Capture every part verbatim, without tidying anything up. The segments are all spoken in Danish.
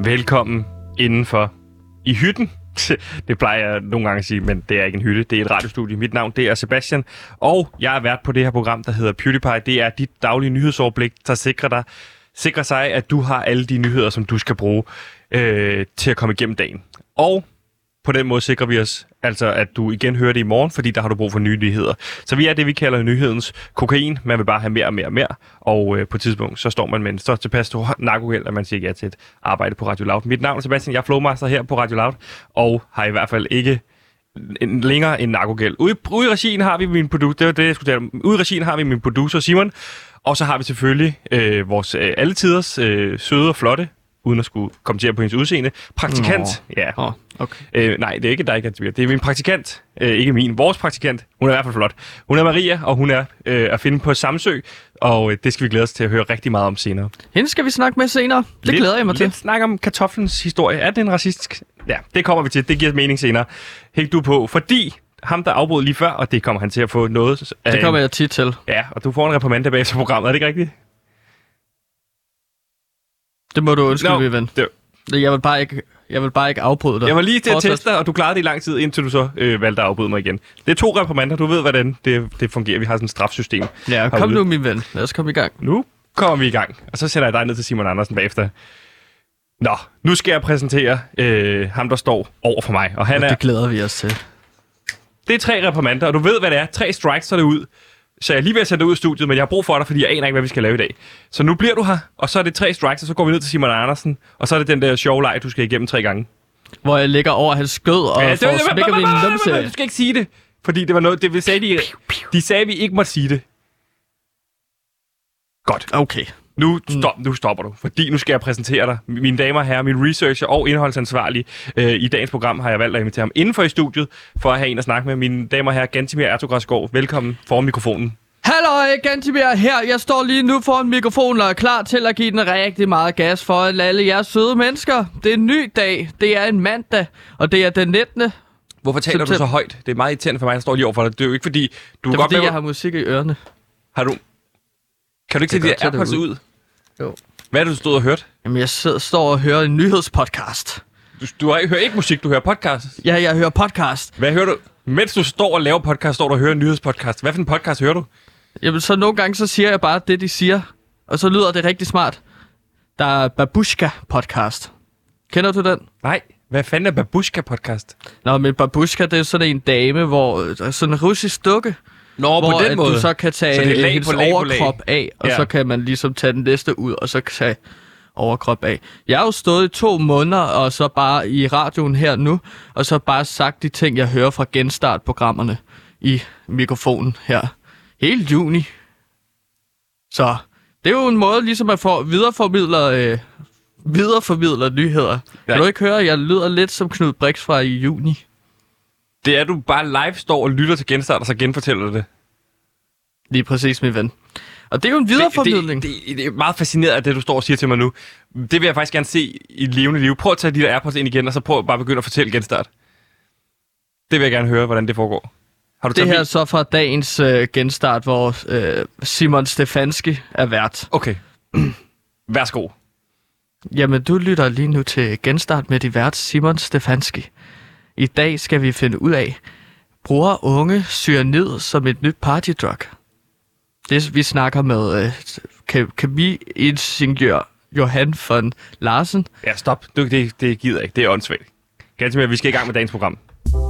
Velkommen indenfor i hytten. Det plejer jeg nogle gange at sige, men det er ikke en hytte. Det er et radiostudie. Mit navn, det er Sebastian, og jeg er vært på det her program, der hedder PewDiePie. Det er dit daglige nyhedsoverblik, der sikrer dig, sikrer sig, at du har alle de nyheder, som du skal bruge øh, til at komme igennem dagen. Og på den måde sikrer vi os, altså at du igen hører det i morgen, fordi der har du brug for nye nyheder. Så vi er det, vi kalder nyhedens kokain. Man vil bare have mere og mere og mere, og øh, på et tidspunkt, så står man med en så tilpas stor narkogæld, at man siger ja til et arbejde på Radio Loud. Mit navn er Sebastian, jeg er flowmaster her på Radio Loud, og har i hvert fald ikke en, længere en narkogæld. Ude, ude i regien har vi min producer, det var det, jeg skulle tale om. Ude i regien har vi min producer Simon, og så har vi selvfølgelig øh, vores øh, alletiders øh, søde og flotte, uden at skulle kommentere på hendes udseende, praktikant. Nå. Ja. Oh, okay. øh, nej, det er ikke dig, det er min praktikant. Øh, ikke min, vores praktikant. Hun er i hvert fald flot. Hun er Maria, og hun er øh, at finde på Samsø, og øh, det skal vi glæde os til at høre rigtig meget om senere. Hende skal vi snakke med senere. Det lidt, glæder jeg mig til. Lidt snak om kartoflens historie. Er det en racistisk? Ja, det kommer vi til. Det giver mening senere. Hæng du på, fordi ham, der afbrød lige før, og det kommer han til at få noget af. Det kommer jeg tit til. Ja, og du får en reprimande tilbage til programmet. Er det ikke rigtigt? Det må du undskylde, no, ven. Det... Jeg vil bare ikke, jeg vil bare ikke afbryde dig. Jeg var lige til at teste dig, og du klarede det i lang tid, indtil du så øh, valgte at afbryde mig igen. Det er to reprimander. Du ved, hvordan det, det fungerer. Vi har sådan et strafsystem. Ja, kom herude. Nu, min ven. Lad os komme i gang. Nu kommer vi i gang. Og så sender jeg dig ned til Simon Andersen bagefter. Nå, nu skal jeg præsentere øh, ham, der står over for mig. Og han og er... det glæder vi os til. Det er tre reprimander, og du ved, hvad det er. Tre strikes, så er det ud. Så jeg er lige ved at sætte dig ud af studiet, men jeg har brug for dig, fordi jeg aner ikke, hvad vi skal lave i dag. Så nu bliver du her, og så er det tre strikes, og så går vi ned til Simon Andersen, og så er det den der sjove leg, du skal igennem tre gange. Hvor jeg ligger over hans skød og ja, får smækket min numse. Du skal ikke sige det, fordi det var noget, det sagde de, de sagde, at vi ikke måtte sige det. Godt. Okay. Nu, stop, nu stopper du, fordi nu skal jeg præsentere dig. Mine damer og herrer, min researcher og indholdsansvarlig øh, i dagens program har jeg valgt at invitere ham indenfor i studiet, for at have en at snakke med. Mine damer og herrer, Gantimir Ertugårdsgaard, velkommen foran mikrofonen. Hallo, Gantimir her. Jeg står lige nu foran mikrofonen og er klar til at give den rigtig meget gas for alle jeres søde mennesker. Det er en ny dag, det er en mandag, og det er den nittende Hvorfor taler september. Du så højt? Det er meget irriterende for mig, der står lige overfor dig. Det er jo ikke fordi, du det er godt fordi, med... jeg har musik i ørerne. Har du... Kan du ikke tage de AirPods ud? Jo. Hvad er det, du stod og hørt? Jamen, jeg sidder, står og hører en nyhedspodcast. Du, du har, hører ikke musik, du hører podcast? Ja, jeg hører podcast. Hvad hører du? Mens du står og laver podcast, står du og hører en nyhedspodcast. Hvad for en podcast hører du? Jamen, så nogle gange, så siger jeg bare det, de siger. Og så lyder det rigtig smart. Der er Babushka-podcast. Kender du den? Nej. Hvad fanden er Babushka-podcast? Nå, men Babushka, det er sådan en dame, hvor... Sådan en russisk dukke. Nå, hvor på den måde. Du så kan tage så hendes overkrop af, og ja. Så kan man ligesom tage den næste ud, og så kan tage overkrop af. Jeg har jo stået i to måneder, og så bare i radioen her nu, og så bare sagt de ting, jeg hører fra genstartprogrammerne i mikrofonen her. Hele juni. Så det er jo en måde ligesom at få videreformidler, øh, videreformidler nyheder. Ja. Kan du ikke høre, jeg lyder lidt som Knud Brix fra i juni? Det er, du bare live står og lytter til genstart, og så genfortæller det. Lige præcis, min ven. Og det er jo en videreformidling. Det, det, det er meget fascinerende, at det, du står og siger til mig nu. Det vil jeg faktisk gerne se i et levende liv. Prøv at tage de der AirPods ind igen, og så prøv bare at begynde at fortælle genstart. Det vil jeg gerne høre, hvordan det foregår. Har du det her er så fra dagens øh, genstart, hvor øh, Simon Stefanski er vært. Okay. Værsgo. Jamen, du lytter lige nu til genstart med de vært Simon Stefanski. I dag skal vi finde ud af, bruger unge cyanid som et nyt partydrug? Det vi snakker med øh, kemi-ingeniør Johan von Larsen. Ja, stop. Du, det, det gider ikke. Det er åndssvagt. Ganske mere, vi skal i gang med dagens program.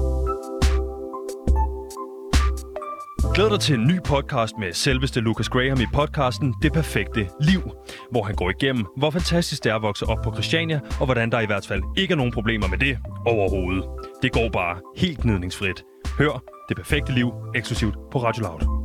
Glæd dig til en ny podcast med selveste Lucas Graham i podcasten Det Perfekte Liv, hvor han går igennem, hvor fantastisk det er at vokse op på Christiania, og hvordan der i hvert fald ikke er nogen problemer med det overhovedet. Det går bare helt gnidningsfrit. Hør Det Perfekte Liv eksklusivt på Radio Loud.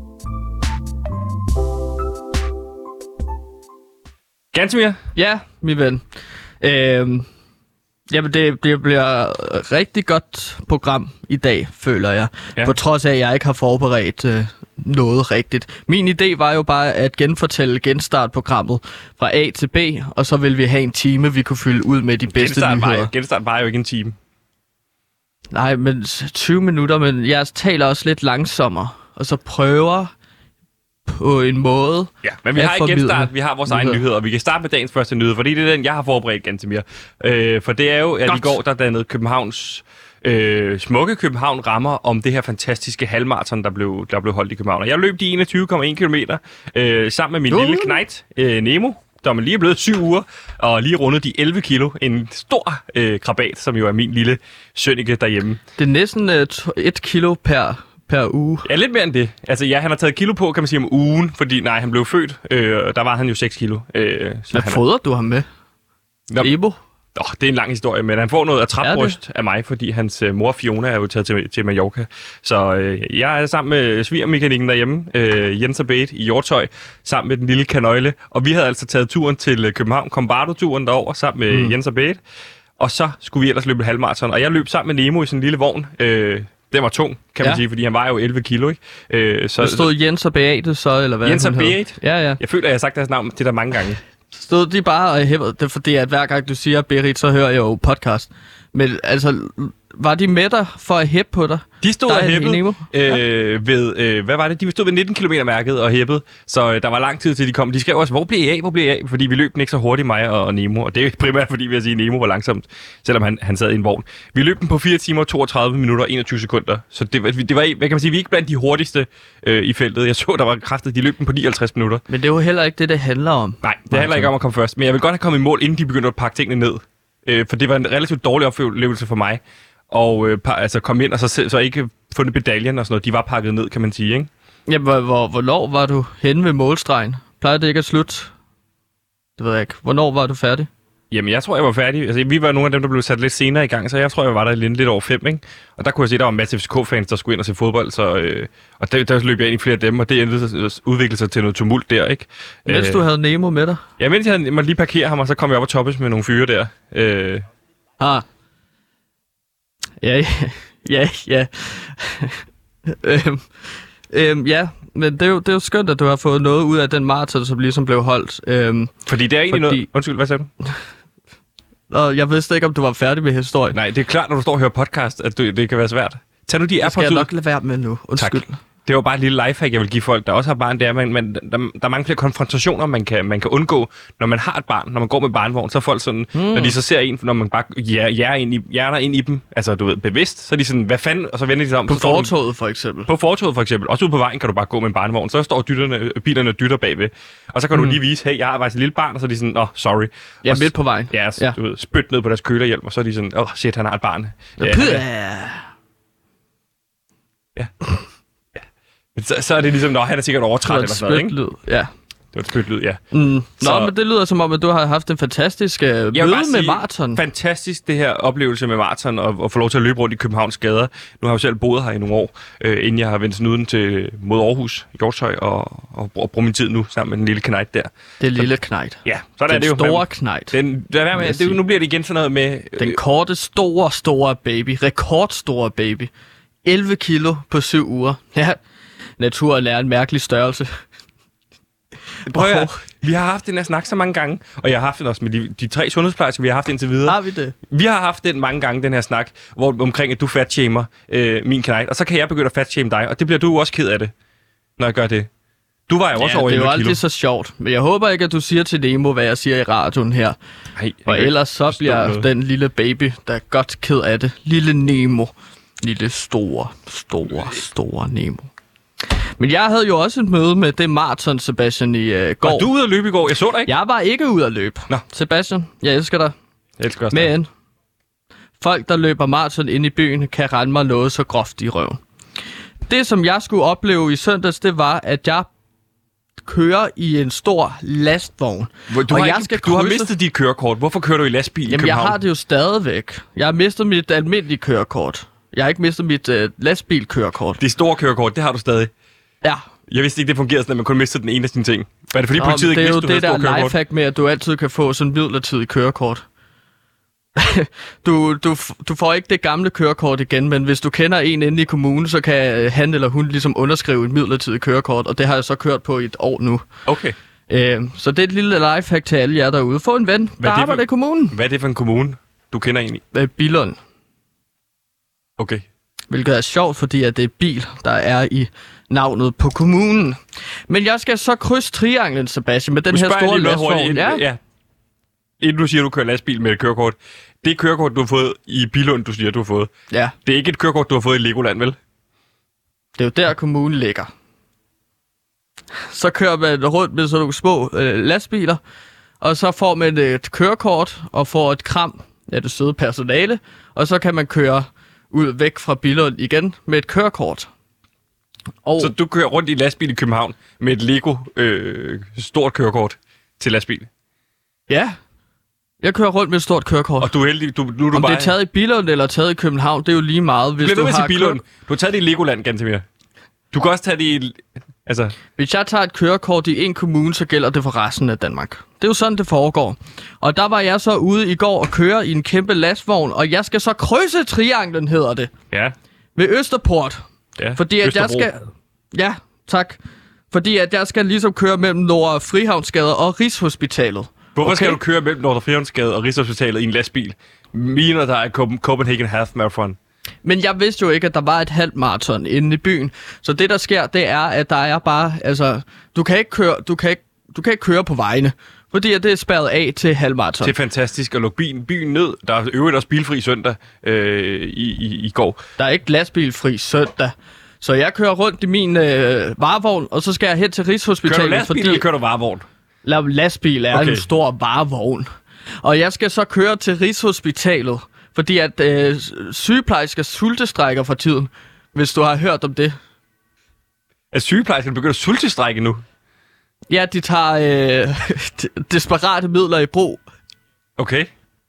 Gantemir? Ja, min ven. Øhm, jamen, det, det bliver et rigtig godt program i dag, føler jeg. Ja. På trods af, at jeg ikke har forberedt øh, noget rigtigt. Min idé var jo bare at genfortælle genstartprogrammet fra A til B, og så vil vi have en time, vi kunne fylde ud med de bedste genstart nyheder. Var, genstart var jo ikke en time. Nej, men tyve minutter, men jeg taler også lidt langsommere, og så prøver på en måde. Ja, men vi har ikke genstart, vi har vores egen nyheder, og vi kan starte med dagens første nyhed, fordi det er den, jeg har forberedt, Gantemir. Øh, for det er jo, at Godt. i går, der dannede Københavns, øh, smukke København rammer om det her fantastiske halvmarathon, der blev, der blev holdt i København. Og jeg løb de enogtyve komma en kilometer øh, sammen med min uh. lille knejt, øh, Nemo, der er lige blevet syv uger, og lige rundet de elleve kilo. En stor øh, krabat, som jo er min lille sønnike derhjemme. Det er næsten øh, et kilo per... per uge. Ja, lidt mere end det. Altså, ja, han har taget kilo på, kan man sige, om ugen, fordi nej, han blev født, øh, der var han jo seks kilo. Øh, Hvad fodrer du ham med? Ebo? Oh, det er en lang historie, men han får noget af trapbryst af mig, fordi hans øh, mor Fiona er jo taget til, til Mallorca. Så øh, jeg er sammen med svigermekanikken derhjemme, øh, Jens og Bate i Hjortøj, sammen med den lille kanøjle. Og vi havde altså taget turen til København, Combardo-turen derover sammen med mm. Jens og Bate. Og så skulle vi ellers løbe et halvmarathon, og jeg løb sammen med Nemo i sådan en lille vogn. Øh, Den var tung, kan man ja. sige, fordi han var jo elleve kilo, ikke? Øh, så, der stod Jens og Beate så, eller hvad? Jens og Beate? Ja, ja. Jeg føler, at jeg har sagt deres navn det der mange gange. Stod de bare og hævede det, fordi at hver gang du siger Berit, så hører jeg jo podcast. Men altså, var de med dig for at hæppe på dig? De stod og hæppede øh, ved, øh, hvad var det? De stod ved nitten kilometer mærket og hæppede, så øh, der var lang tid til de kom. De skrev også, hvor blev I af? Hvor blev I af? Fordi vi løb den ikke så hurtigt, mig og, og Nemo. Og det er primært, fordi vi har sige, Nemo var langsomt, selvom han, han sad i en vogn. Vi løb den på fire timer, toogtredive minutter og enogtyve sekunder. Så det, det var, hvad kan man sige, vi er ikke blandt de hurtigste øh, i feltet. Jeg så, der var kraftigt, de løb den på nioghalvtreds minutter. Men det er jo heller ikke det, det handler om. Nej, det handler ikke om at komme først. Men jeg vil godt have kommet i mål, inden de begyndte at pakke tingene ned. Øh, for det var en relativt dårlig oplevelse for mig. Og øh, par, altså komme ind og så, så ikke fundet medaljen og sådan noget. De var pakket ned, kan man sige, ikke? Ja, hvor, hvor, hvornår var du henne ved målstregen? Plejer det ikke at slutte? Det ved jeg ikke. Hvornår var du færdig? Jamen, jeg tror, jeg var færdig. Altså, vi var nogle af dem, der blev sat lidt senere i gang, så jeg tror, jeg var der lidt, lidt over fem, ikke? Og der kunne jeg se, der var en masse F C K-fans, der skulle ind og se fodbold, så... Øh, og der, der løb jeg ind i flere af dem, og det endte udviklede sig til noget tumult der, ikke? Mens øh, du havde Nemo med dig? Ja, mens jeg måtte lige parkere ham, og så kom jeg op og toppes med nogle fyre der. Øh, ah. Ja, ja, ja. øhm, øhm, ja, men det er, jo, det er jo skønt, at du har fået noget ud af den maraton, som ligesom blev holdt. Øhm, fordi det er egentlig fordi... noget... Undskyld, hvad sagde du? Og jeg vidste ikke, om du var færdig med historien. Nej, det er klart, når du står og hører podcast, at du, det kan være svært. Tag nu de AirPods ud. Det skal jeg nok lade være med nu. Undskyld. Tak. Det var bare et lille lifehack, jeg vil give folk, der også har barn. Det er, man, man, der, der er mange flere konfrontationer, man kan, man kan undgå, når man har et barn. Når man går med barnevogn, så er folk sådan, mm. når de så ser en, når man bare hjerner ind, ind i dem, altså du ved, bevidst, så er de sådan, hvad fanden, og så vender de sig om. På fortovet for eksempel. På fortovet for eksempel. Også ude på vejen kan du bare gå med en barnevogn. Så står dytterne, bilerne og dytter bagved. Og så kan mm. du lige vise, hey, jeg har faktisk et lille barn, og så er de sådan, åh, oh, sorry. Ja, og midt på vejen. Ja, så, ja. Du ved, spyt ned på deres kølerhjelm, og så er de sådan, åh, oh, shit, han har et barn. Ja, ja. Så, så er det ligesom, når han er sikkert overtræt eller sådan noget, ikke? Lyd. Ja. Det var et spytlyd, ja. Mm. Så... Nå, men det lyder som om, at du har haft en fantastisk uh, møde med maraton. Fantastisk, det her oplevelse med maraton, og, og få lov til at løbe rundt i Københavns gader. Nu har jeg jo selv boet her i nogle år, øh, inden jeg har vendt snuden til mod Aarhus, Hjortøj, og, og, og brugt min tid nu sammen med den lille knejt der. Det lille knejt. Ja, så er den det jo. Den store knejt. Den, der er med, det, nu bliver det igen sådan noget med... Øh, den korte, store, store baby. Rekordstore baby. elleve kilo på syv uger. Ja. Naturen er en mærkelig størrelse. Prøv at, vi har haft den her snak så mange gange, og jeg har haft den også med de, de tre sundhedsplejersker, vi har haft indtil videre. Har vi det? Vi har haft den mange gange, den her snak, hvor omkring, at du fatshamer øh, min knejt, og så kan jeg begynde at fatshame dig, og det bliver du også ked af det, når jeg gør det. Du var jo også ja, over elleve kilo. det er jo altid så sjovt, men jeg håber ikke, at du siger til Nemo, hvad jeg siger i radioen her. Ej, og ellers så bliver noget. Den lille baby, der er godt ked af det. Lille Nemo. Lille store, store, store Nemo. Men jeg havde jo også et møde med det maraton, Sebastian, i uh, går. Var du ude at løbe i går? Jeg så dig ikke. Jeg var ikke ude at løbe. Nå. Sebastian, jeg elsker dig. Jeg elsker også Men folk, der løber maraton ind i byen, kan rende mig noget så groft i røven. Det, som jeg skulle opleve i søndags, det var, at jeg kører i en stor lastvogn. Du, har, jeg ikke, skal du har mistet dit kørekort. Hvorfor kører du i lastbil i Jamen, København? Jeg har det jo stadigvæk. Jeg har mistet mit almindelige kørekort. Jeg har ikke mistet mit uh, lastbilkørekort. Det store kørekort, det har du stadig? Ja. Jeg vidste ikke, det fungerede sådan, at man kun mistede den ene af sine ting. Var det fordi Nå, politiet ikke vidste, du havde Det er jo det det der lifehack med, at du altid kan få sådan en midlertidig kørekort. du, du, du får ikke det gamle kørekort igen, men hvis du kender en inde i kommunen, så kan han eller hun ligesom underskrive et midlertidigt kørekort, og det har jeg så kørt på i et år nu. Okay. Øh, så det er et lille lifehack til alle jer derude. Få en ven, der arbejder i kommunen. Hvad er det for en kommune, du kender en i? Øh, Billund. Okay. Hvilket er sjovt, fordi at det er bil, der er i navnet på kommunen. Men jeg skal så krydse trianglen, Sebastian, med den her store lastvogn. Ja. ja. Inden du siger, at du kører lastbil med et kørekort. Det kørekort, du har fået i Billund, du siger, du har fået. Ja. Det er ikke et kørekort, du har fået i Legoland, vel? Det er jo der, kommunen ligger. Så kører man rundt med sådan nogle små øh, lastbiler, og så får man et kørekort og får et kram af det søde personale, og så kan man køre ud væk fra Billund igen med et kørekort. Og så du kører rundt i lastbil i København med et Lego øh, stort kørekort til lastbil? Ja. Jeg kører rundt med et stort kørekort. Og du er heldig, du, nu er du Om bare... det er taget i Billund eller taget i København, det er jo lige meget. Hvis Bliver du du har Billund? Kø... Du har taget det i Legoland, Gantemir. Du kan også tage det i... Altså... Hvis jeg tager et kørekort i en kommune, så gælder det for resten af Danmark. Det er jo sådan, det foregår. Og der var jeg så ude i går og køre i en kæmpe lastvogn, og jeg skal så krydse trianglen, hedder det. Ja. Ved Østerport. Ja, fordi at jeg skal... Ja, tak. Fordi at jeg skal ligesom køre mellem Nordre Frihavnsgade og Rigshospitalet. Hvorfor okay? skal du køre mellem Nordre Frihavnsgade og Rigshospitalet i en lastbil? Mener der er Copenhagen Half Marathon? Men jeg vidste jo ikke, at der var et halvt maraton inde i byen. Så det, der sker, det er, at der er bare... Altså, du kan ikke køre, du kan ikke, du kan ikke køre på vejene, fordi at det er spærret af til halvmaraton. Det er fantastisk at lukke byen, byen ned. Der er øvrigt også bilfri søndag øh, i, i, i går. Der er ikke lastbilfri søndag. Så jeg kører rundt i min øh, varevogn, og så skal jeg hen til Rigshospitalet. Kører du lastbil, fordi... eller kører du varevogn? Lastbil er okay. En stor varevogn. Og jeg skal så køre til Rigshospitalet, fordi at øh, sygeplejersker sultestrækker for tiden, hvis du har hørt om det. Er sygeplejerskerne begyndt at sultestrække nu? Ja, de tager øh, desperate midler i brug. Okay.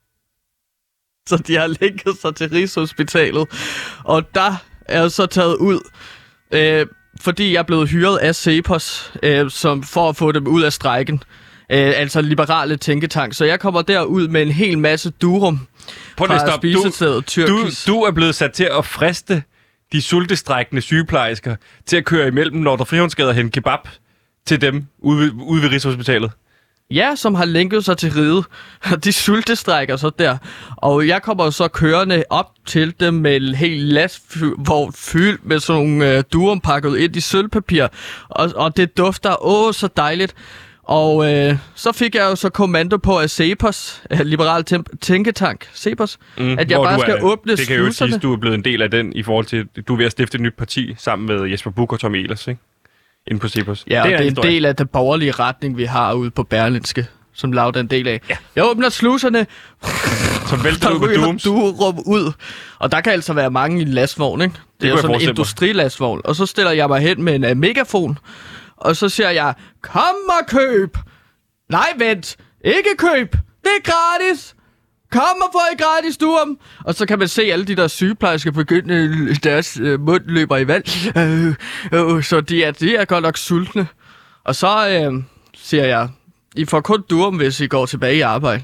Så de har lænket sig til Rigshospitalet. Og der er jeg så taget ud, øh, fordi jeg er blevet hyret af Cepos, øh, som for at få dem ud af strejken. Øh, altså liberale tænketank. Så jeg kommer derud med en hel masse durum fra spisestedet Tyrkis. Du, du er blevet sat til at friste de sultestrækkende sygeplejersker til at køre imellem Nordre Frihavnsgade og hente kebab til dem ude, ude ved Rigshospitalet. Ja, som har lænket sig til ride. De sultestrækker så der. Og jeg kommer så kørende op til dem med en hel lastvogn fyldt med sådan nogle øh, durum pakket ind i sølvpapir. Og, og det dufter åh så dejligt. Og øh, så fik jeg jo så kommando på af Cepos, Liberal Tænketank, Cepos, mm, at jeg bare skal er, åbne det kan jo sige, at du er blevet en del af den i forhold til, du er ved at stifte et nyt parti sammen med Jesper Buch og Tommy Ehlers, ikke? Inde på Cepos. Ja, og det er, det er en del af den borgerlige retning, vi har ude på Berlinske, som Laud er en del af. Ja. Jeg åbner sluserne, så vælter du med dooms. Du rum ud, og der kan altså være mange i en lastvogn, ikke? Det, det er jo sådan en industrilastvogn. Og så stiller jeg mig hen med en uh, megafon, og så siger jeg, kom og køb! Nej, vent! Ikke køb! Det er gratis! Kom og få et gratis durum! Og så kan man se alle de der sygeplejersker begynde, deres øh, mund løber i vand. Øh, øh, så de er, de er godt nok sultne. Og så øh, siger jeg, I får kun durum, hvis I går tilbage i arbejde.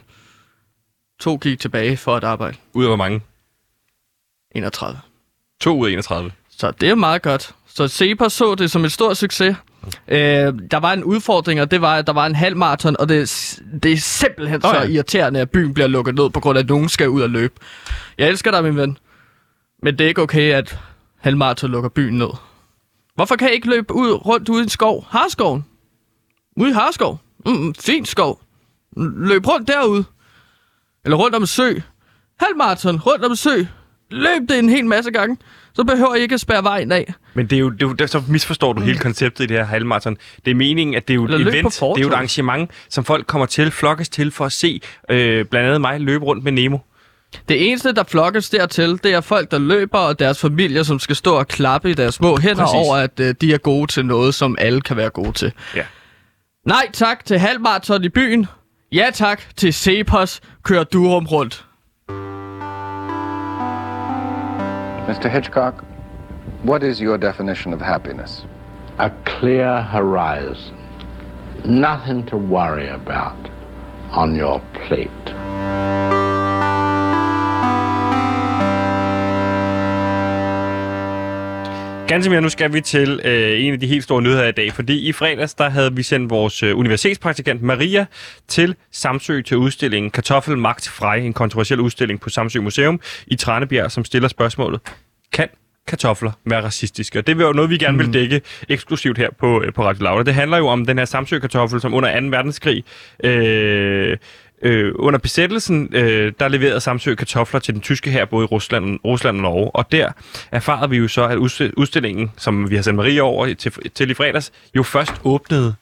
To gik tilbage for at arbejde. Ud af hvor mange? enogtredive. To ud af enogtredive. Så det er meget godt. Så Cepos så det som en stor succes. Øh, der var en udfordring, og det var, at der var en halv maraton, og det, det er simpelthen oh, ja. så irriterende, at byen bliver lukket ned, på grund af, at nogen skal ud og løbe. Jeg elsker dig, min ven. Men det er ikke okay, at halv maraton lukker byen ned. Hvorfor kan jeg ikke løbe ud rundt ude i en skov? Harskoven. Ude i Harskov. Mm, fin skov. Løb rundt derude. Eller rundt om en sø. Halv maraton, rundt om en sø. Løb det en hel masse gange. Så behøver jeg ikke at spærre vejen af. Men det er jo, det er jo, så misforstår du mm. hele konceptet i det her halvmarathon. Det er meningen, at det er jo et event, det er jo et arrangement, som folk kommer til, flokkes til for at se øh, blandt andet mig løbe rundt med Nemo. Det eneste, der flokkes dertil, det er folk, der løber, og deres familier, som skal stå og klappe i deres små hænder Præcis. over, at øh, de er gode til noget, som alle kan være gode til. Ja. Nej tak til halvmarathon i byen. Ja tak til Cepos, kører durum rundt. mister Hitchcock, what is your definition of happiness? A clear horizon. Nothing to worry about on your plate. Ganske mere, nu skal vi til øh, en af de helt store nyheder i dag, fordi i fredags der havde vi sendt vores øh, universitetspraktikant Maria til Samsø til udstillingen Kartoffel Magt Frej, en kontroversiel udstilling på Samsø Museum i Tranebjerg, som stiller spørgsmålet: kan kartofler være racistiske? Og det er jo noget, vi gerne vil dække eksklusivt her på, på Radio Loud. Det handler jo om den her Samsø-kartoffel, som under anden verdenskrig, øh, øh, under besættelsen, øh, der leverede Samsø kartofler til den tyske hær, både i Rusland, Rusland og Norge. Og der erfarede vi jo så, at udstillingen, som vi har sendt Maria over til, til i fredags, jo først åbnede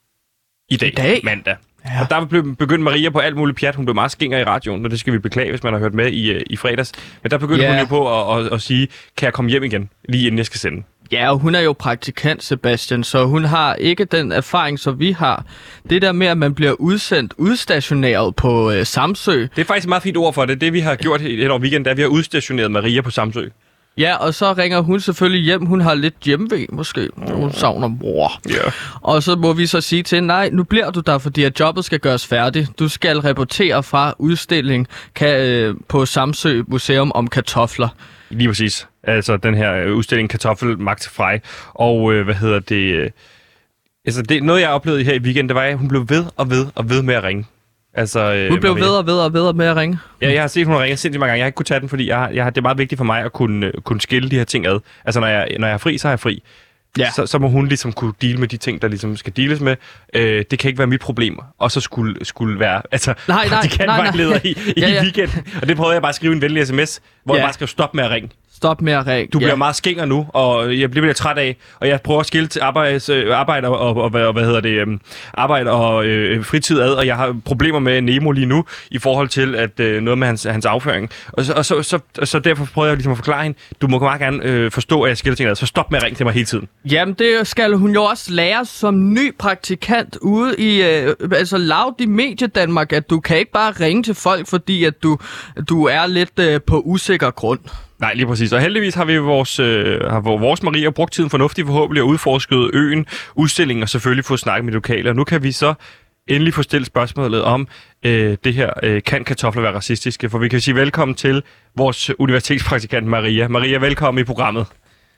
i dag, I dag? mandag. Ja. Og der blev begyndt Maria på alt muligt pjat. Hun blev meget skinger i radioen, og det skal vi beklage, hvis man har hørt med i, i fredags. Men der begyndte yeah. hun jo på at, at, at sige, kan jeg komme hjem igen, lige inden jeg skal sende? Ja, og hun er jo praktikant, Sebastian, så hun har ikke den erfaring, som vi har. Det der med, at man bliver udsendt, udstationeret på øh, Samsø. Det er faktisk et meget fint ord for det. Det vi har gjort i den over weekend, er, at vi har udstationeret Maria på Samsø. Ja, og så ringer hun selvfølgelig hjem. Hun har lidt hjemve, måske. Hun savner mor. Yeah. Og så må vi så sige til hende, nej, nu bliver du der, fordi at jobbet skal gøres færdigt. Du skal rapportere fra udstilling kan, øh, på Samsø Museum om kartofler. Lige præcis. Altså den her udstilling Kartoffel Magt Frej. Og øh, hvad hedder det? Øh, altså det, noget jeg oplevede her i weekenden, det var, at hun blev ved og ved og ved med at ringe. Altså, øh, hun blev Maria. ved og ved og ved med at ringe. Ja, jeg har set, hun har ringet sindssygt mange gange. Jeg har ikke kunnet tage den, fordi jeg har, jeg har, det er meget vigtigt for mig at kunne, kunne skille de her ting ad. Altså, når jeg, når jeg er fri, så er jeg fri. Ja. Så, så må hun ligesom kunne deale med de ting, der ligesom skal deales med. Øh, det kan ikke være mit problem. Og så skulle, skulle være altså, nej, praktikantvejleder i, i ja, ja. weekenden. Og det prøvede jeg bare at skrive en venlig sms, hvor ja. jeg bare skrev stop med at ringe. Stop med at ringe. Du bliver ja. meget skinger nu, og jeg bliver lidt træt af, og jeg prøver at skille til arbejde, arbejde og, og, og, hvad hedder det, um, arbejde og øh, fritid ad, og jeg har problemer med Nemo lige nu, i forhold til at øh, noget med hans, hans afføring. Og, så, og så, så, så derfor prøver jeg ligesom at forklare hende, du må meget gerne øh, forstå, at jeg skiller ting ad, så stop med at ringe til mig hele tiden. Jamen, det skal hun jo også lære som ny praktikant ude i, øh, altså Loud i Mediedanmark, at du kan ikke bare ringe til folk, fordi at du, du er lidt øh, på usikker grund. Nej, lige præcis. Og heldigvis har vi vores, øh, har vores Maria brugt tiden fornuftigt forhåbentlig og udforsket øen, udstillingen og selvfølgelig få snakket med lokale. Og nu kan vi så endelig få stillet spørgsmålet om øh, det her, øh, kan kartofler være racistiske? For vi kan sige velkommen til vores universitetspraktikant Maria. Maria, velkommen i programmet.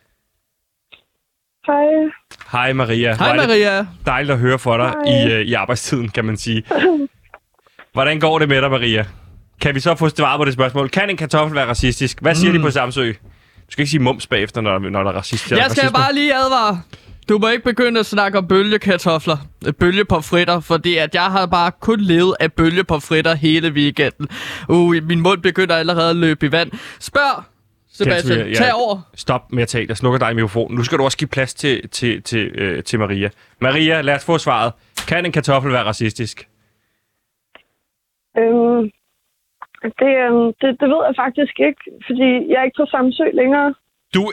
Hej. Hej Maria. Hej Maria. Dejligt at høre for dig i, øh, i arbejdstiden, kan man sige. Hvordan går det med dig, Maria? Kan vi så få svaret på det spørgsmål? Kan en kartoffel være racistisk? Hvad siger mm. de på Samsø? Du skal ikke sige mums bagefter, når, når der er racist. Jeg skal bare lige advare. Du må ikke begynde at snakke om bølgekartofler. Bølgepomfritter, fordi at jeg har bare kun levet af bølgepomfritter hele weekenden. Uh, min mund begynder allerede at løbe i vand. Spørg, Sebastian. Jeg, tag over. Stop med at tale. Jeg slukker dig i mikrofonen. Nu skal du også give plads til, til, til, øh, til Maria. Maria, lad os få svaret. Kan en kartoffel være racistisk? Øhm... Det, øhm, det, det ved jeg faktisk ikke, fordi jeg er ikke på Samsø længere. Du...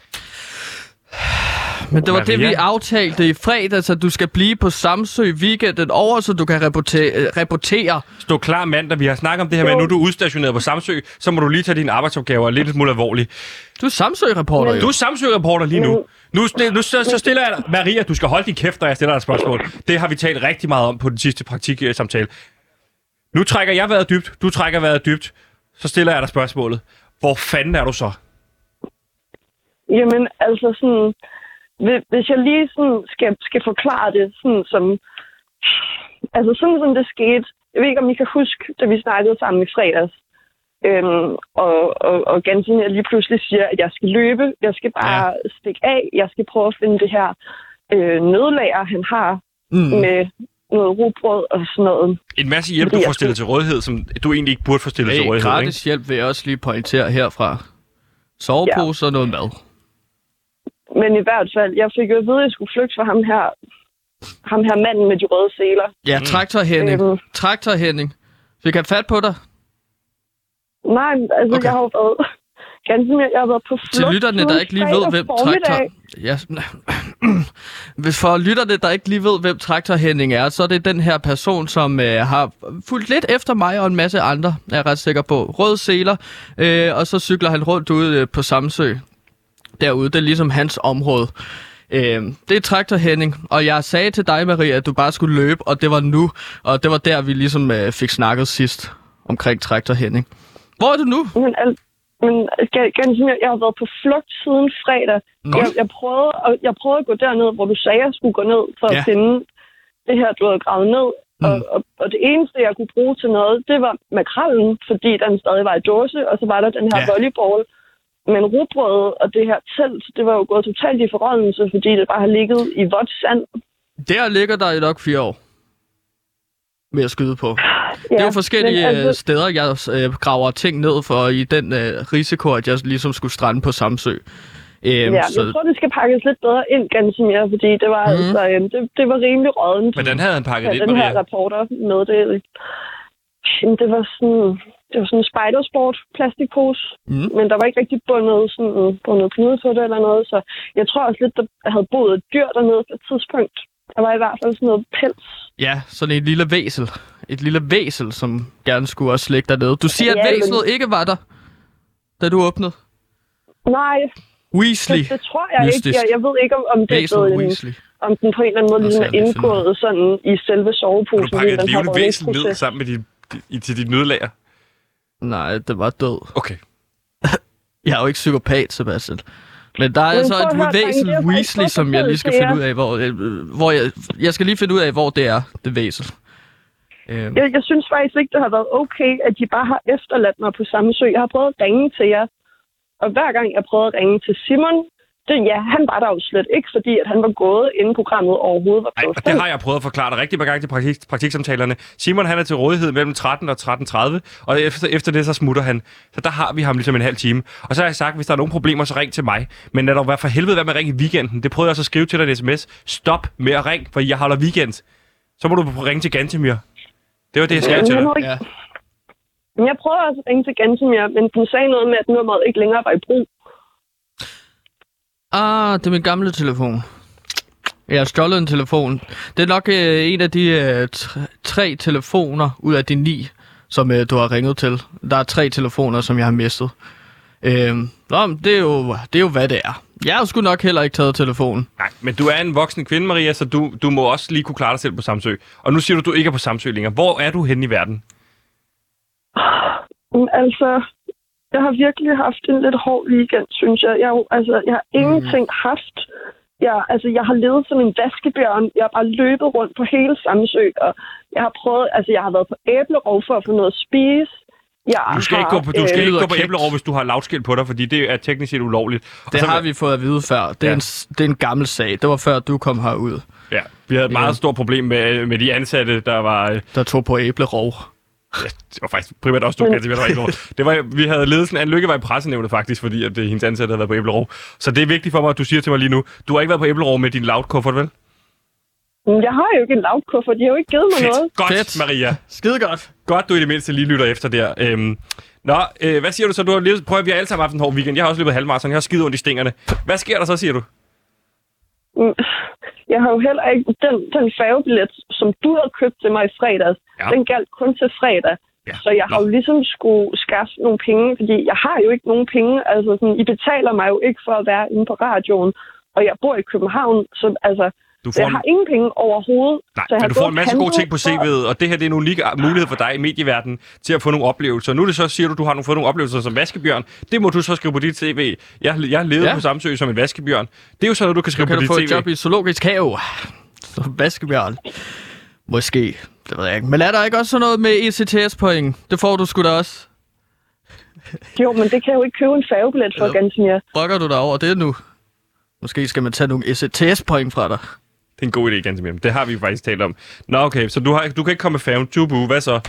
Men det var Maria. Det, vi aftalte i fredags, at du skal blive på Samsø weekenden over, så du kan rapportere. rapportere. Stå klar mandag. Vi har snakket om det her med, at nu er du udstationeret på Samsø, så må du lige tage dine arbejdsopgaver lidt smule alvorligt. Du er Samsø-reporter, jo. Du er Samsø-reporter lige nu. Nu, nu så, så stiller jeg dig... Maria, du skal holde din kæft, når jeg stiller dig et spørgsmål. Det har vi talt rigtig meget om på den sidste praktiksamtale. Nu trækker jeg vejret dybt, du trækker vejret dybt, så stiller jeg dig spørgsmålet. Hvor fanden er du så? Jamen, altså sådan... Hvis jeg lige sådan skal, skal forklare det sådan som... Altså sådan som det skete. Jeg ved ikke, om I kan huske, da vi snakkede sammen i fredags. Øhm, og, og, og Gansimir lige pludselig siger, at jeg skal løbe. Jeg skal bare ja. stikke af. Jeg skal prøve at finde det her øh, nødlager, han har mm. med... noget rugbrød og sådan noget. En masse hjælp, du får stillet til rådighed, som du egentlig ikke burde få stillet hey, til rådighed, gratis ikke? Hjælp vil jeg også lige pointere herfra. Soveposer og ja. noget mad. Men i hvert fald, jeg fik jo at vide, at jeg skulle flygte fra ham her, ham her manden med de røde seler. Ja, Traktor Henning. Øhm. Traktor Henning. Fik han fat på dig? Nej, altså okay. jeg har jo været... Ganske mere, jeg har været på flugt. Til lytterne, der ikke lige ved, hvem Traktor... Ja. Hvis for lytterne, der ikke lige ved, hvem Traktor Henning er, så er det den her person, som øh, har fulgt lidt efter mig og en masse andre, er jeg ret sikker på. Røde seler, øh, og så cykler han rundt ude øh, på Samsø. Derude, det er ligesom hans område. Øh, det er Traktor Henning, og jeg sagde til dig, Maria, at du bare skulle løbe, og det var nu. Og det var der, vi ligesom øh, fik snakket sidst omkring Traktor Henning. Hvor er du nu? Men al- Men jeg har været på flugt siden fredag. Jeg, jeg, prøvede, jeg prøvede at gå derned, hvor du sagde, at jeg skulle gå ned for ja. at finde det her, du havde gravet ned. Mm. Og, og, og det eneste, jeg kunne bruge til noget, det var makrellen, fordi den stadig var i dåse, og så var der den her ja. volleyball. Men rugbrødet og det her telt, det var jo gået totalt i forrådnelse, fordi det bare har ligget i vådt sand. Der ligger der i nok fire år med at skyde på. Ja, det er jo forskellige altså... steder, jeg øh, graver ting ned for i den øh, risiko, at jeg ligesom skulle strande på Samsø. Øhm, ja, så... jeg tror, det skal pakkes lidt bedre ind, ganske mere, fordi det var, mm. altså, øh, det, det var rimelig rådent. Hvordan havde han pakket ja, ind, den Maria? her reporter med det. Det var sådan, det var sådan en spidersport plastikpose, mm. men der var ikke rigtig bundet, sådan, bundet knude på det eller noget, så jeg tror også lidt, der havde boet et dyr dernede på et tidspunkt. Der var i hvert fald sådan noget pels. Ja, sådan et lille væsel. Et lille væsel, som gerne skulle også ligge dernede. Du siger, ja, at væselet men... ikke var der, da du åbnede? Nej. Weasley. Det, det tror jeg Mystisk. ikke. Jeg, jeg ved ikke, om, om det væsel, er en, om den på en eller anden måde ligesom er indgået sådan i selve soveposen. Har du pakket et levende væsel ned sammen med dit, dit, til dit nødlager? Nej, det var død. Okay. Jeg er jo ikke psykopat, Sebastian. Men der er altså et væsel, Weasley, som jeg lige skal finde ud af, hvor, hvor jeg, jeg skal lige finde ud af, hvor det er, det væsel. Øhm. Jeg, jeg synes faktisk ikke, det har været okay, at de bare har efterladt mig på Samsø. Jeg har prøvet at ringe til jer, og hver gang jeg prøvede at ringe til Simon, det, ja, han var der jo slet ikke, fordi at han var gået, inden programmet overhovedet var på. Ej, det har jeg prøvet at forklare dig rigtig mange gange til praktik, praktiksamtalerne. Simon, han er til rådighed mellem tretten og tretten tredive, og efter, efter det, så smutter han. Så der har vi ham ligesom en halv time. Og så har jeg sagt, hvis der er nogle problemer, så ring til mig. Men lad dog være for helvede være med at ringe i weekenden. Det prøvede jeg også at skrive til dig en sms. Stop med at ringe, for jeg holder weekend. Så må du ringe til Gantemir. Det var det, jeg skrev til dig. Ja. Jeg prøvede også at ringe til Gantemir, men den sagde noget med, at nummeret ikke længere var i brug. Ah, det er min gamle telefon. Jeg har stjålet en telefon. Det er nok øh, en af de øh, tre, tre telefoner ud af de ni, som øh, du har ringet til. Der er tre telefoner, som jeg har mistet. Øh, nå, det er, jo, det er jo, hvad det er. Jeg har sgu nok heller ikke taget telefonen. Nej, men du er en voksen kvinde, Maria, så du, du må også lige kunne klare dig selv på Samsø. Og nu siger du, du ikke er på Samsø længere. Hvor er du henne i verden? Altså... Jeg har virkelig haft en lidt hård weekend, synes jeg. Jeg, altså, jeg har ingenting mm. haft. Jeg, altså, jeg har levet som en vaskebjørn. Jeg har bare løbet rundt på hele Samsø, og jeg har prøvet, altså, jeg har været på Æblerov for at få noget at spise. Jeg du skal har, ikke gå på, du skal øh, ikke gå på kægt. Æblerov, hvis du har lavskilt på dig, fordi det er teknisk set ulovligt. Og det så, har vi fået at vide før. Det er, ja. en, det er en gammel sag. Det var før, du kom herud. Ja, vi havde et meget ja. stort problem med, med de ansatte, der var... Der tog på Æblerov. Ja, det var faktisk primært også, du kan sige, det var, vi havde ledelsen af Lykke var i pressenævnet faktisk, fordi at hendes ansatte havde været på Æblerov. Så det er vigtigt for mig, at du siger til mig lige nu, du har ikke været på Æblerov med din loud-kuffert, vel? Jeg har jo ikke en loud-kuffert, de har jo ikke givet mig Fedt. noget. Godt, Fedt. Maria. Skide godt. Godt, du i det mindste lige lytter efter der. Øhm, nå, øh, hvad siger du så? Du har levet, prøv at vi har alle sammen haft en hård weekend. Jeg har også løbet halvmarathon, jeg har skide ondt i stingerne. Hvad sker der så, siger du? Jeg har jo heller ikke den, den færgebillet, som du havde købt til mig i fredags. Ja. Den galt kun til fredag. Ja. Så jeg har Nå. jo ligesom skulle skaffe nogle penge, fordi jeg har jo ikke nogen penge. Altså, sådan, I betaler mig jo ikke for at være inde på radioen, og jeg bor i København, så altså, du får jeg har ingen penge overhovedet. Nej, så jeg men du får en masse gode ting på C V'et, og det her det er en unik mulighed for dig i medieverdenen til at få nogle oplevelser. Nu er det så, siger du, du har fået nogle oplevelser som vaskebjørn. Det må du så skrive på dit C V. Jeg, jeg har levet ja. på Samsø som en vaskebjørn. Det er jo sådan noget, du kan skrive kan på dit C V. Så kan du få et job i zoologisk have. Som vaskebjørn. Måske. Det ved jeg ikke. Men er der ikke også sådan noget med E C T S-point? Det får du sgu da også. Jo, men det kan jeg jo ikke købe en færgebillet for, Gantemir. Brokker du dig over det nu? Måske skal man tage nogle E C T S-point fra dig. Det er en god idé, Gantemir. Det har vi faktisk talt om. Nå, okay. Så du, har, du kan ikke komme med færgen. Tubu, hvad så?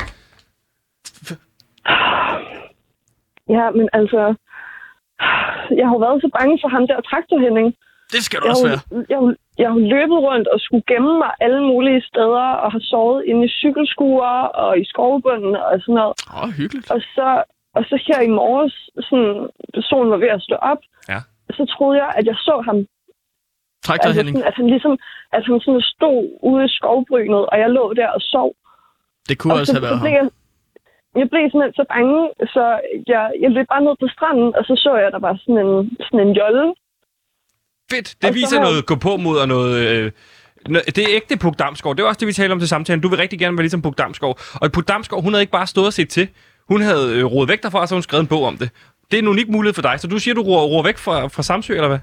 Ja, men altså... Jeg har været så bange for ham der Traktor Henning. Det skal du også være. Jeg, jeg, jeg har løbet rundt og skulle gemme mig alle mulige steder, og har sovet inde i cykelskuer og i skovbunden og sådan noget. Åh, oh, hyggeligt. Og så, og så her i morges, sådan, solen var ved at stå op, ja. så troede jeg, at jeg så ham. Traktor altså, Henning. Sådan, at han ligesom at han sådan stod ude i skovbrynet, og jeg lå der og sov. Det kunne og også så, have været så jeg, jeg blev simpelthen så bange, så jeg, jeg løb bare ned på stranden, og så så jeg, at der var sådan en, sådan en jolle. Fedt. Det viser her... noget gå på mod og noget... Øh, det er ægte Puk Damsgaard. Det er også det, vi taler om til samtalen. Du vil rigtig gerne være ligesom Puk Damsgaard. Og Puk Damsgaard, hun havde ikke bare stået og set til. Hun havde øh, roet væk derfra, og så hun skrevet en bog om det. Det er en unik mulighed for dig. Så du siger, du roer, roer væk fra, fra Samsø, eller hvad?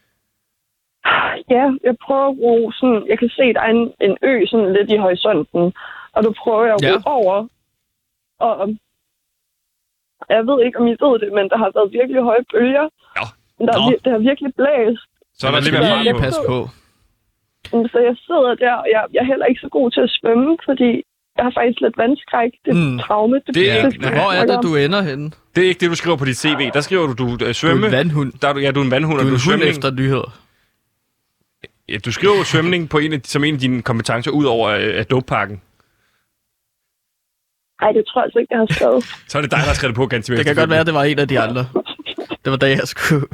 Ja, jeg prøver at ro sådan... Jeg kan se, der er en, en ø sådan lidt i horisonten. Og du prøver jeg at ro ja. over. Og, Jeg ved ikke, om I ved det, men der har været virkelig høje bølger. Ja. Der er, det har virkelig blæst. Så er der lidt skal mere lige fart på. passe på. Så jeg sidder der, og jeg, jeg er heller ikke så god til at svømme, fordi jeg har faktisk lidt vandskræk. Det er Mm. mm. traume. Det, Det er Ja. ikke- Men hvor er det, du ender henne? Det er ikke det, du skriver på dit C V. Der skriver du, du uh, svømme. Du er en vandhund. Der er du, ja, du er en vandhund, Du og er du en er hund svømning. efter nyheder. Ja, du skriver jo svømning på en af, som en af dine kompetencer ud over uh, dopepakken. Nej, det tror jeg altså ikke, jeg har skrevet. Så er det dig, der har skrevet det på, Gansimir. Det kan godt være, at det var en af de andre. Det var da jeg skulle...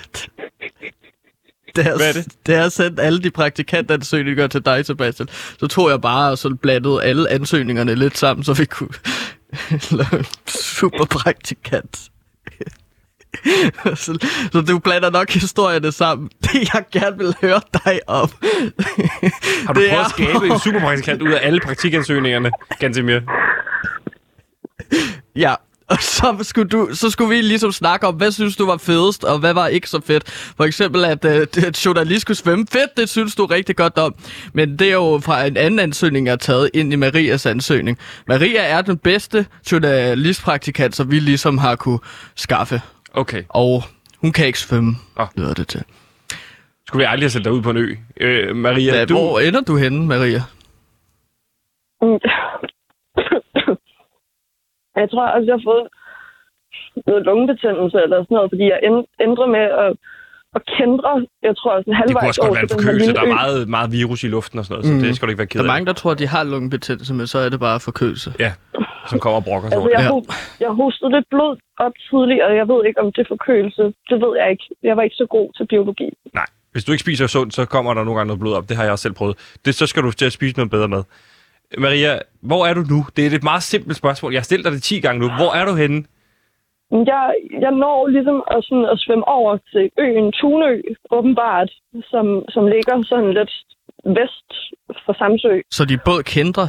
Da jeg, Hvad er det? Da jeg sendte alle de praktikantansøgninger til dig, Sebastian, så tog jeg bare og sådan blandede alle ansøgningerne lidt sammen, så vi kunne lave en super praktikant. så, så du blander nok historierne sammen. Det, jeg gerne vil høre dig om. Har du det prøvet er- at skabe en superpraktikant ud af alle praktikansøgningerne, Gansimir? Ja, og så skulle, du, så skulle vi ligesom snakke om, hvad synes du var fedest, og hvad var ikke så fedt. For eksempel, at, uh, at journalist skulle svømme. Fedt, det synes du rigtig godt om. Men det er jo fra en anden ansøgning, jeg har taget ind i Marias ansøgning. Maria er den bedste journalistpraktikant, som vi ligesom har kunne skaffe. Okay. Og hun kan ikke svømme, Åh. lyder det til. Skulle vi aldrig have sendt dig ud på en ø? Øh, Maria, Ja, du... hvor ender du henne, Maria? Mm. Jeg tror også, jeg har fået noget lungebetændelse eller sådan noget, fordi jeg ændrer med at, at kendre, jeg tror også en Det halvvejs kunne også godt være en til den her forkølelse. lille Der er ø. meget, meget virus i luften og sådan noget, så Mm. det skal du ikke være ked Der er af. mange, der tror, de har lungebetændelse, men så er det bare forkølelse. Ja, som kommer og brokker sig Altså, over jeg, det. Ja. ho- jeg hostede lidt blod op tidligere, og jeg ved ikke, om det er forkølelse. Det ved jeg ikke. Jeg var ikke så god til biologi. Nej, hvis du ikke spiser sundt, så kommer der nogle gange noget blod op. Det har jeg også selv prøvet. Det, så skal du til at spise noget bedre mad. Maria, hvor er du nu? Det er et meget simpelt spørgsmål. Jeg har stillet dig det ti gange nu. Hvor er du henne? Jeg, jeg når ligesom at, sådan, at svømme over til øen Tunø, åbenbart, som, som ligger sådan lidt vest for Samsø. Så de er både kendte?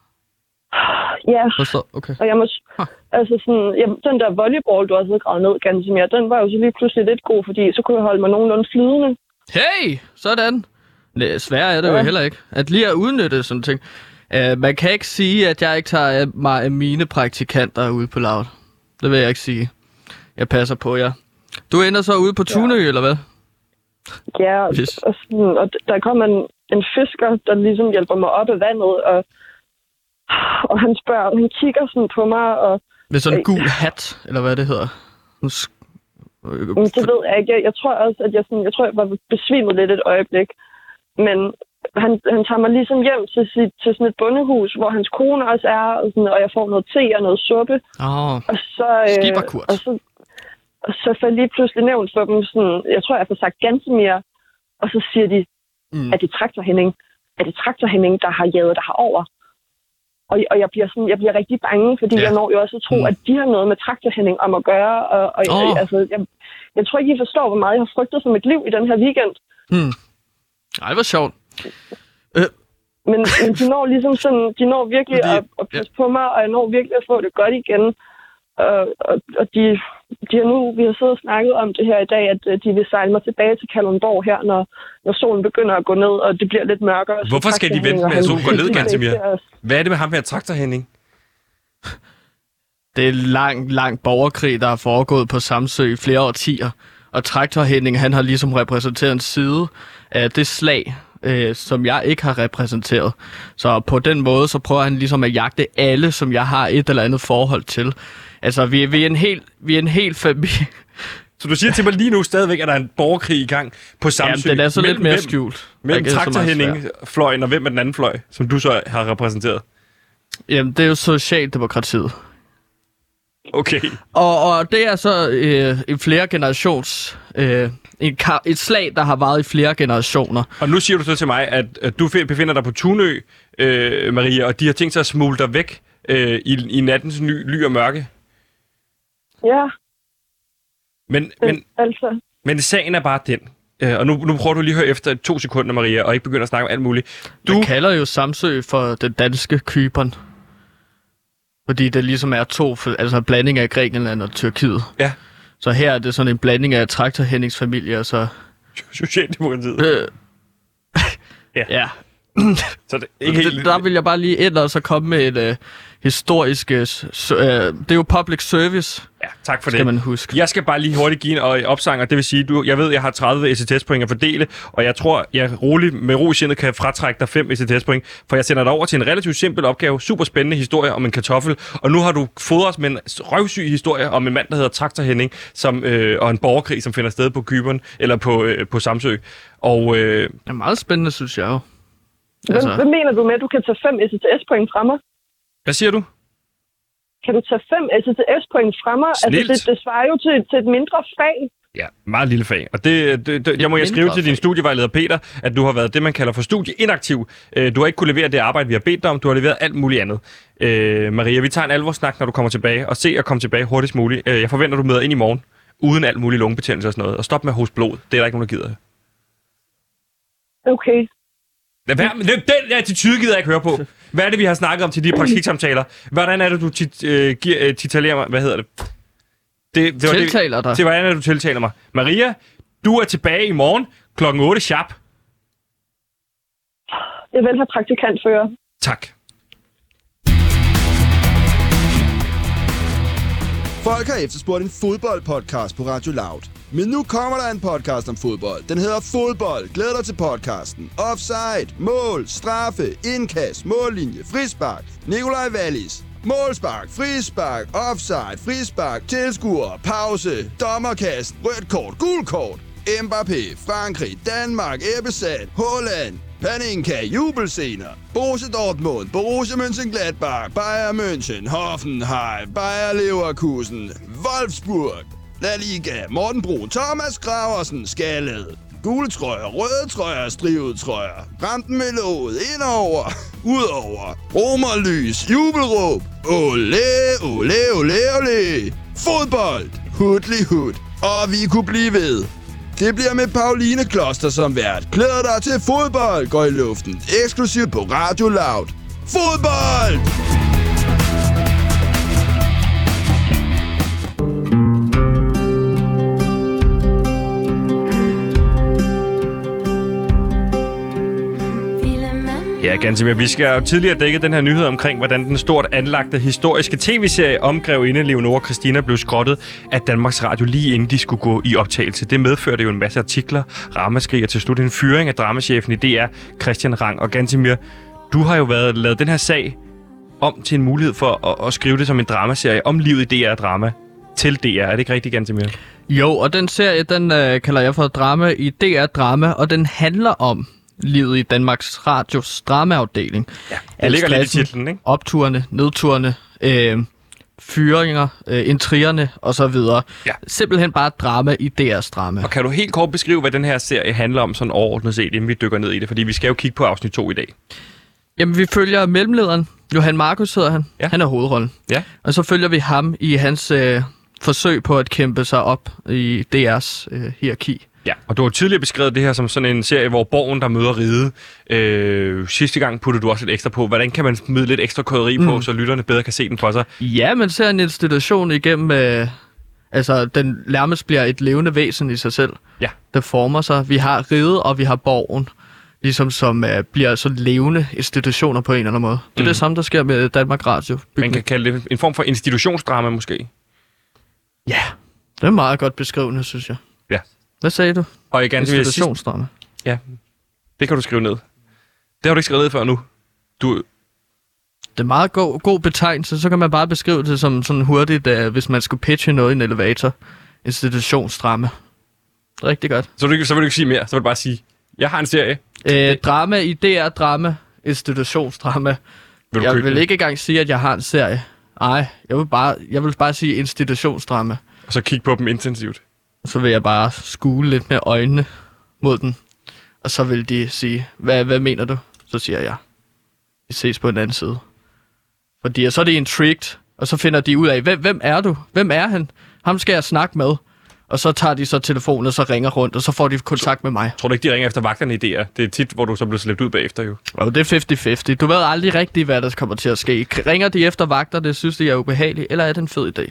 Ja, Forstår? Okay. og jeg må... s- Huh. Altså sådan, jamen, den der volleyball, du også havde gravet ned, Gansimir, den var jo så lige pludselig lidt god, fordi så kunne jeg holde mig nogenlunde flydende. Hey, sådan. Næ, sværere er det Ja. jo heller ikke. At lige at udnytte sådan ting. Uh, man kan ikke sige, at jeg ikke tager af mig af mine praktikanter ude på lavet. Det vil jeg ikke sige. Jeg passer på jer. Du ender så ude på Tunø, ja. Eller hvad? Ja, og, Yes. og, sådan, og der kommer en, en fisker, der ligesom hjælper mig op af vandet, og, og han spørger, han kigger sådan på mig, og Med sådan en Øh. gul hat, eller hvad det hedder. Nu sk- men det ved jeg ikke. Jeg, jeg tror også, at jeg, sådan, jeg tror, jeg var besvimet lidt et øjeblik. Men han, han tager mig ligesom hjem til, sit, til sådan et bondehus, hvor hans kone også er, og, sådan, og jeg får noget te og noget suppe. Åh, Og så, øh, Skipperkurt. og så, og så får jeg lige pludselig nævnt for dem sådan, jeg tror, jeg får sagt Gansimir, og så siger de, Mm. er det Traktor Henning? Er det Traktor Henning, der har jaget dig herover? Og, og jeg bliver sådan, jeg bliver rigtig bange, fordi Ja. ja. jeg når jo også at tro, Mm. mm. at de har noget med Traktor Henning om at gøre. Og, og Åh. oh. altså, jeg, jeg tror ikke, I forstår, hvor meget jeg har frygtet for mit liv i den her weekend. Mm. Ej, hvor sjovt. Men, men de når ligesom sådan, de når virkelig Fordi- at, at passe på mig, og jeg når virkelig at få det godt igen. Og, og, og de, de har nu, vi har siddet og snakket om det her i dag, at øh, de vil sejle mig tilbage til Kalundborg her, når, når solen begynder at gå ned, og det bliver lidt mørkere. Så Hvorfor skal de Traktor vente Henning, med, at og solen han- går ned, han- Gansimir? han- Hvad er det med ham her, Traktor Henning? Det er en lang, lang borgerkrig, der er foregået på Samsø i flere årtier. Og Traktor Henning, han har ligesom repræsenteret en side af det slag, øh, som jeg ikke har repræsenteret. Så på den måde, så prøver han ligesom at jagte alle, som jeg har et eller andet forhold til. Altså, vi, vi er en helt, vi er en helt familie. Så du siger til mig lige nu stadigvæk, at der er en borgerkrig i gang på Samsø? Jamen, den er så lidt Mellem mere hvem? skjult. Mellem Ikke så Traktor meget svært. Henning-fløjen, og hvem er den anden fløj, som du så har repræsenteret? Jamen, det er jo Socialdemokratiet. Okay. Og, og det er så øh, en flere generations... Øh, en ka- et slag, der har varet i flere generationer. Og nu siger du så til mig, at, at du fi- befinder dig på Tunø, øh, Maria, og de har tænkt sig at smule dig væk øh, i, i nattens ny, ly og mørke. Ja, Men, men, altså. men sagen er bare den, øh, og nu, nu prøver du lige at høre efter to sekunder, Maria, og ikke begynde at snakke om alt muligt. Du Du, Man kalder jo Samsø for den danske Cypern. Fordi det ligesom er to, altså en blanding af Grækenland og Tyrkiet. ja, Så her er det sådan en blanding af Traktor Hennings familie, og så... Socialdemokratiet. Øh, Ja. ja. Så det er ikke helt... Det, der vil jeg bare lige ind og så komme med et øh, historisk... Øh, s- øh, det er jo public service. Ja, tak for skal det. man huske. Jeg skal bare lige hurtigt give en opsang, og det vil sige, du, jeg ved, jeg har tredive S T S-point at fordele, og jeg tror, jeg roligt med ro i sindet kan fratrække dig fem S T S-point, for jeg sender dig over til en relativt simpel opgave, super spændende historie om en kartoffel, og nu har du fodret os med en røvsyg historie om en mand, der hedder Traktor Henning, som, øh, og en borgerkrig, som finder sted på Cypern, eller på, øh, på Samsø. Og, øh, det er meget spændende, synes jeg jo. Altså... Hvad, hvad mener du med, at du kan tage fem S T S-point fra mig? Hvad siger du? Kan du tage fem S T S-point fra mig? Altså, det, det svarer jo til, til et mindre fag. Ja, meget lille fag. Og det, det, det jeg må jeg skrive til din studievejleder Peter, at du har været det, man kalder for studieinaktiv. Du har ikke kunnet levere det arbejde, vi har bedt dig om. Du har leveret alt muligt andet. Øh, Maria, vi tager en alvorssnak, når du kommer tilbage, og se at komme tilbage hurtigst muligt. Jeg forventer, du møder ind i morgen, uden alt muligt lungebetændelse og sådan noget. Og stop med at hoste blod. Det er der ikke nogen, der gider. Okay. Lad være, den attitude gider jeg ikke høre på. Hvad er det, vi har snakket om til de praktiksamtaler? Hvordan er det, du tit, øh, giver, øh, titalerer mig? Hvad hedder det? Det, det var tiltaler det, dig. Det var, hvordan er du tiltaler mig. Maria, du er tilbage i morgen klokken otte sharp. Jeg vil have praktikantfører. Tak. Folk har efterspurgt en fodboldpodcast på Radio Loud. Men nu kommer der en podcast om fodbold. Den hedder Fodbold. Glæd dig til podcasten. Offside, mål, straffe, indkast, mållinje, frispark. Nikolaj Wallis. Målspark, frispark, offside, frispark, tilskuer, pause, dommerkast, rødt kort, gul kort. Mbappé, Frankrig, Danmark, Ebbesat, Holland, Panenka, jubelscener. Borussia Dortmund, Borussia Mönchengladbach, Bayern München, Hoffenheim, Bayer Leverkusen, Wolfsburg. La Liga, Morten Brun, Thomas Graversen, Skallet. Gule trøjer, røde trøjer, strivet trøjer. Ramten med låget, indover, udover. Romerlys, jubelråb. Ole, ole, ole, ole. Fodbold, hudli hud. Og vi kunne blive ved. Det bliver med Pauline Kloster som vært. Glæder dig til fodbold, går i luften. Eksklusivt på Radio Loud. Fodbold! Ja, Gansimir, vi skal jo tidligere dække den her nyhed omkring, hvordan den stort anlagte historiske tv-serie om grevinde Leonora Christina blev skrottet af Danmarks Radio lige inden de skulle gå i optagelse. Det medførte jo en masse artikler, ramaskrig og til slut en fyring af dramachefen i D R, Christian Rang. Og Gansimir, du har jo været lavet den her sag om til en mulighed for at, at skrive det som en dramaserie om livet i D R-drama til D R. Er det ikke rigtigt, Gansimir? Jo, og den serie, den øh, kalder jeg for drama i D R-drama, og den handler om livet i Danmarks Radios dramaafdeling. Ja, det ligger lidt i titlen, ikke? Opturene, nedturene, øh, fyringer, øh, intrigerne og så videre. Ja. Simpelthen bare drama i D R's drama. Og kan du helt kort beskrive, hvad den her serie handler om sådan overordnet set, inden vi dykker ned i det? Fordi vi skal jo kigge på afsnit to i dag. Jamen, vi følger mellemlederen. Johan Markus hedder han. Ja. Han er hovedrollen. Ja. Og så følger vi ham i hans øh, forsøg på at kæmpe sig op i D R's øh, hierarki. Ja, og du har tidligere beskrevet det her som sådan en serie, hvor borgen, der møder ride. Øh, sidste gang puttede du også lidt ekstra på. Hvordan kan man smide lidt ekstra krydderi på, mm. så lytterne bedre kan se den for sig? Ja, man ser en institution igennem... Øh, altså, den nærmest bliver et levende væsen i sig selv. Ja. Der former sig. Vi har ride, og vi har borgen. Ligesom som øh, bliver så levende institutioner på en eller anden måde. Det er mm. det samme, der sker med Danmark Radio. Man kan kalde det en form for institutionsdrama måske? Ja, det er meget godt beskrivende, synes jeg. Ja. Hvad sagde du? Og igen, institutionsdrama. Ja, det kan du skrive ned. Det har du ikke skrevet ned før nu. Du... Det er meget god, god betegnelse, så kan man bare beskrive det som sådan hurtigt, uh, hvis man skulle pitche noget i en elevator. Institutionsdrama. Rigtig godt. Så, du, så vil du ikke sige mere, så vil du bare sige, jeg har en serie. Øh, drama i D R-drama, institutionsdrama. Vil jeg vil ikke engang sige, at jeg har en serie. Nej, jeg vil bare, jeg vil bare sige institutionsdrama. Og så kigge på dem intensivt. Så vil jeg bare skule lidt med øjnene mod den. Og så vil de sige, hvad, hvad mener du? Så siger jeg, vi ses på en anden side. Fordi så er det intrigued, og så finder de ud af, hvem, hvem er du? Hvem er han? Ham skal jeg snakke med. Og så tager de så telefonen, og så ringer rundt, og så får de kontakt med mig. Tror du ikke, de ringer efter vagterne i D R? Det er tit, hvor du så bliver slæbt ud bagefter jo. Og det er halvtreds halvtreds. Du ved aldrig rigtigt, hvad der kommer til at ske. Ringer de efter vagter, det synes de er ubehageligt, eller er det en fed idé?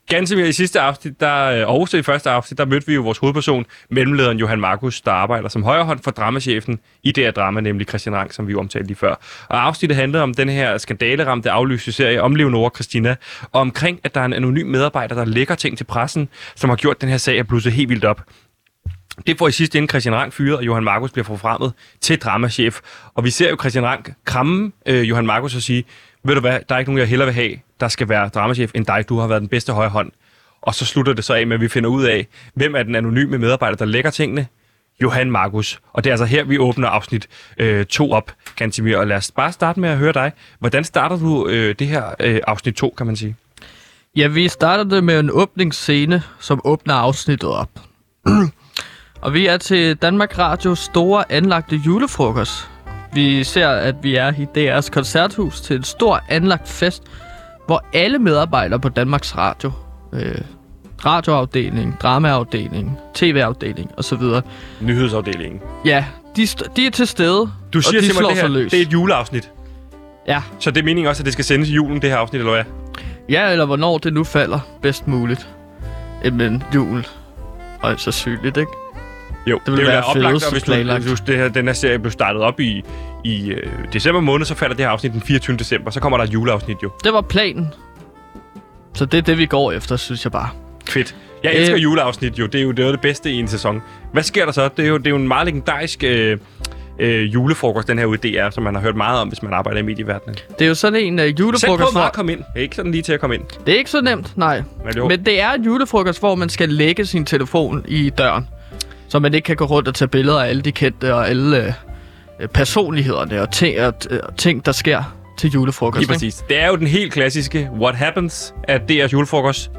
Ganske i sidste afsnit, der, og også i første afsnit, der mødte vi jo vores hovedperson, mellemlederen Johan Markus, der arbejder som højrehånd for dramachefen i det her drama, nemlig Christian Rang, som vi jo omtalte lige før. Og afsnittet handlede om den her skandaleramte aflyste serie om Leonora Christina, og omkring, at der er en anonym medarbejder, der lægger ting til pressen, som har gjort den her sag at blusse helt vildt op. Det får i sidste ende Christian Rang fyret, og Johan Markus bliver forfremmet til dramachef. Og vi ser jo Christian Rang kramme øh, Johan Markus og sige, ved du hvad, der er ikke nogen, jeg hellere vil have, der skal være dramachef end dig. Du har været den bedste højre hånd. Og så slutter det så af med, at vi finder ud af, hvem er den anonyme medarbejder, der lægger tingene? Johan Markus. Og det er altså her, vi åbner afsnit øh, to op, Gantemir. Og lad os bare starte med at høre dig. Hvordan starter du øh, det her øh, afsnit to, kan man sige? Ja, vi starter det med en åbningsscene, som åbner afsnittet op. Og vi er til Danmark Radios store anlagte julefrokost. Vi ser, at vi er i D R's koncerthus til en stor anlagt fest, hvor alle medarbejdere på Danmarks Radio, øh, radioafdeling, dramaafdeling, tv-afdeling osv. Nyhedsafdelingen. Ja, de, st- de er til stede, Du siger og de slår det sig her, løs. det er et juleafsnit. Ja. Så det er meningen også, at det skal sendes i julen, det her afsnit, eller hvad? Ja, eller hvornår det nu falder bedst muligt. Men jul. Og så synligt, ikke? Jo, det vil være oplagt, og hvis du, planlagt. hvis det her, den her serie blev startet op i, i øh, december måned, så falder det her afsnit den fireogtyvende december. Så kommer der et juleafsnit jo. Det var planen. Så det er det, vi går efter, synes jeg bare. Fedt. Jeg elsker øh... juleafsnit jo. Det er jo det, er det bedste i en sæson. Hvad sker der så? Det er jo, det er jo en meget legendarisk øh, øh, julefrokost, den her ude i D R, som man har hørt meget om, hvis man arbejder i medieverdenen. Det er jo sådan en uh, julefrokost, Selv prøv hvor... at komme ind. Det er ikke sådan lige til at komme ind. Det er ikke så nemt, nej. Men, Men det er en julefrokost, hvor man skal lægge sin telefon i døren. Så man ikke kan gå rundt og tage billeder af alle de kendte og alle øh, personlighederne og ting, og, og ting, der sker til julefrokost. Lige præcis. Det er jo den helt klassiske What Happens af D R's julefrokost.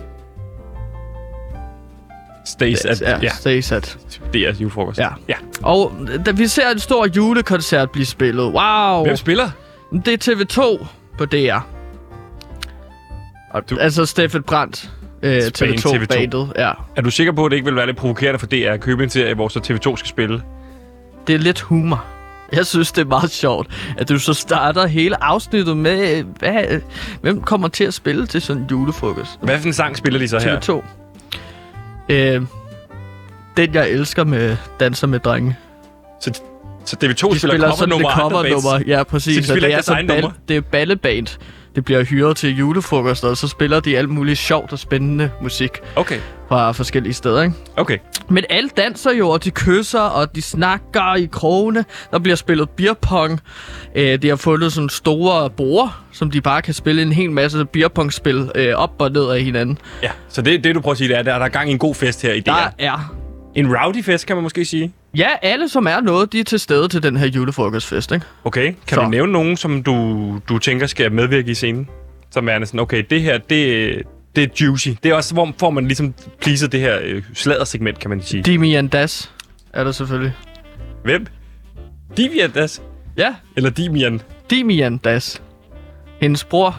Stays at... Ja, ja. stays at... D R's julefrokost. Ja. ja. Og da vi ser en stor julekoncert blive spillet. Wow! Hvem spiller? Det er T V to på D R. Og du... Altså Steffen Brandt. Øh, T V to-bandet, ja. Er du sikker på, at det ikke vil være lidt provokerende for D R at købe en serie, hvor så T V to skal spille? Det er lidt humor. Jeg synes, det er meget sjovt, at du så starter hele afsnittet med, hvad, hvem kommer til at spille til sådan en julefrokost? Hvad for en sang spiller de så her? T V to. Øh, den, jeg elsker med Danser med drenge. Så, så T V to de spiller, spiller covernummer sådan et covernummer. Ja, præcis. Så de spiller det er, så ball, det er balleband. Det bliver hyret til julefrokoster, og så spiller de alt muligt sjovt og spændende musik. Okay. Fra forskellige steder, ikke? Okay. Men alle danser jo, og de kysser, og de snakker i krogene. Der bliver spillet beerpong. Øh, de har fundet sådan store borde, som de bare kan spille en hel masse beerpong-spil øh, op og ned af hinanden. Ja, så det, det du prøver at sige, det er, at der er gang i en god fest her i D R. Der er. En rowdy fest, kan man måske sige. Ja, alle som er noget, de er til stede til den her julefrokostfest, ikke? Okay, kan så. du nævne nogen, som du, du tænker skal medvirke i scenen? Som er sådan, okay, det her, det, det er juicy. Det er også, hvor får man ligesom pleaset det her øh, sladdersegment, kan man sige. Dimian Das er der selvfølgelig. Hvem? Dimian Das? Ja. Eller Dimian? Dimian Das. Hendes bror.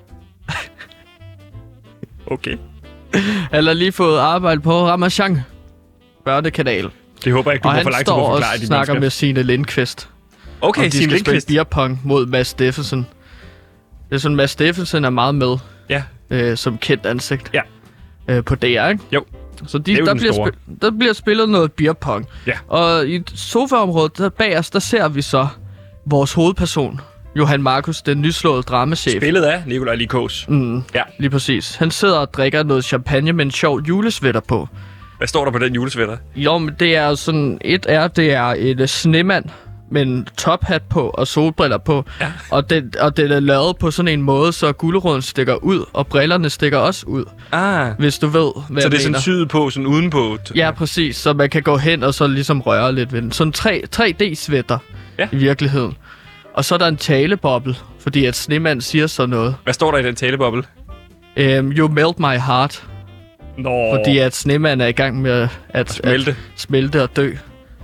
Okay. Han har lige fået arbejde på Ramachan børnekanal. Det håber jeg ikke, du må for lang tid på at forklare og han snakker med Signe Lindqvist. Okay, Signe Lindqvist. De skal spille beerpong mod Mads Steffensen. Det er sådan, Mads Steffensen er meget med. Ja. Øh, som kendt ansigt. Ja. Øh, på D R, ikke? Jo. Så de, der, bliver spil- der bliver spillet noget beerpong. Ja. Og i sofaområdet, der bag os, der ser vi så vores hovedperson, Johan Markus, den nyslåede dramachef. Spillet af Nikolaj Likås. Mm, ja. Lige præcis. Han sidder og drikker noget champagne med en sjov julesvætter på. Hvad står der på den julesvætter? Jo, men det er sådan... Et er, det er et snemand med en tophat på og solbriller på. Ja. Og, det, og det er lavet på sådan en måde, så guleroden stikker ud, og brillerne stikker også ud. Ah. Hvis du ved, hvad så jeg det er sådan syet på, sådan udenpå? Ja, præcis. Så man kan gå hen og så ligesom røre lidt ved den. Sådan tre D-svætter ja. I virkeligheden. Og så er der en taleboble, fordi at snemand siger sådan noget. Hvad står der i den taleboble? Um, you melt my heart. Nå. Fordi at snemand er i gang med at, at, smelte. at smelte og dø.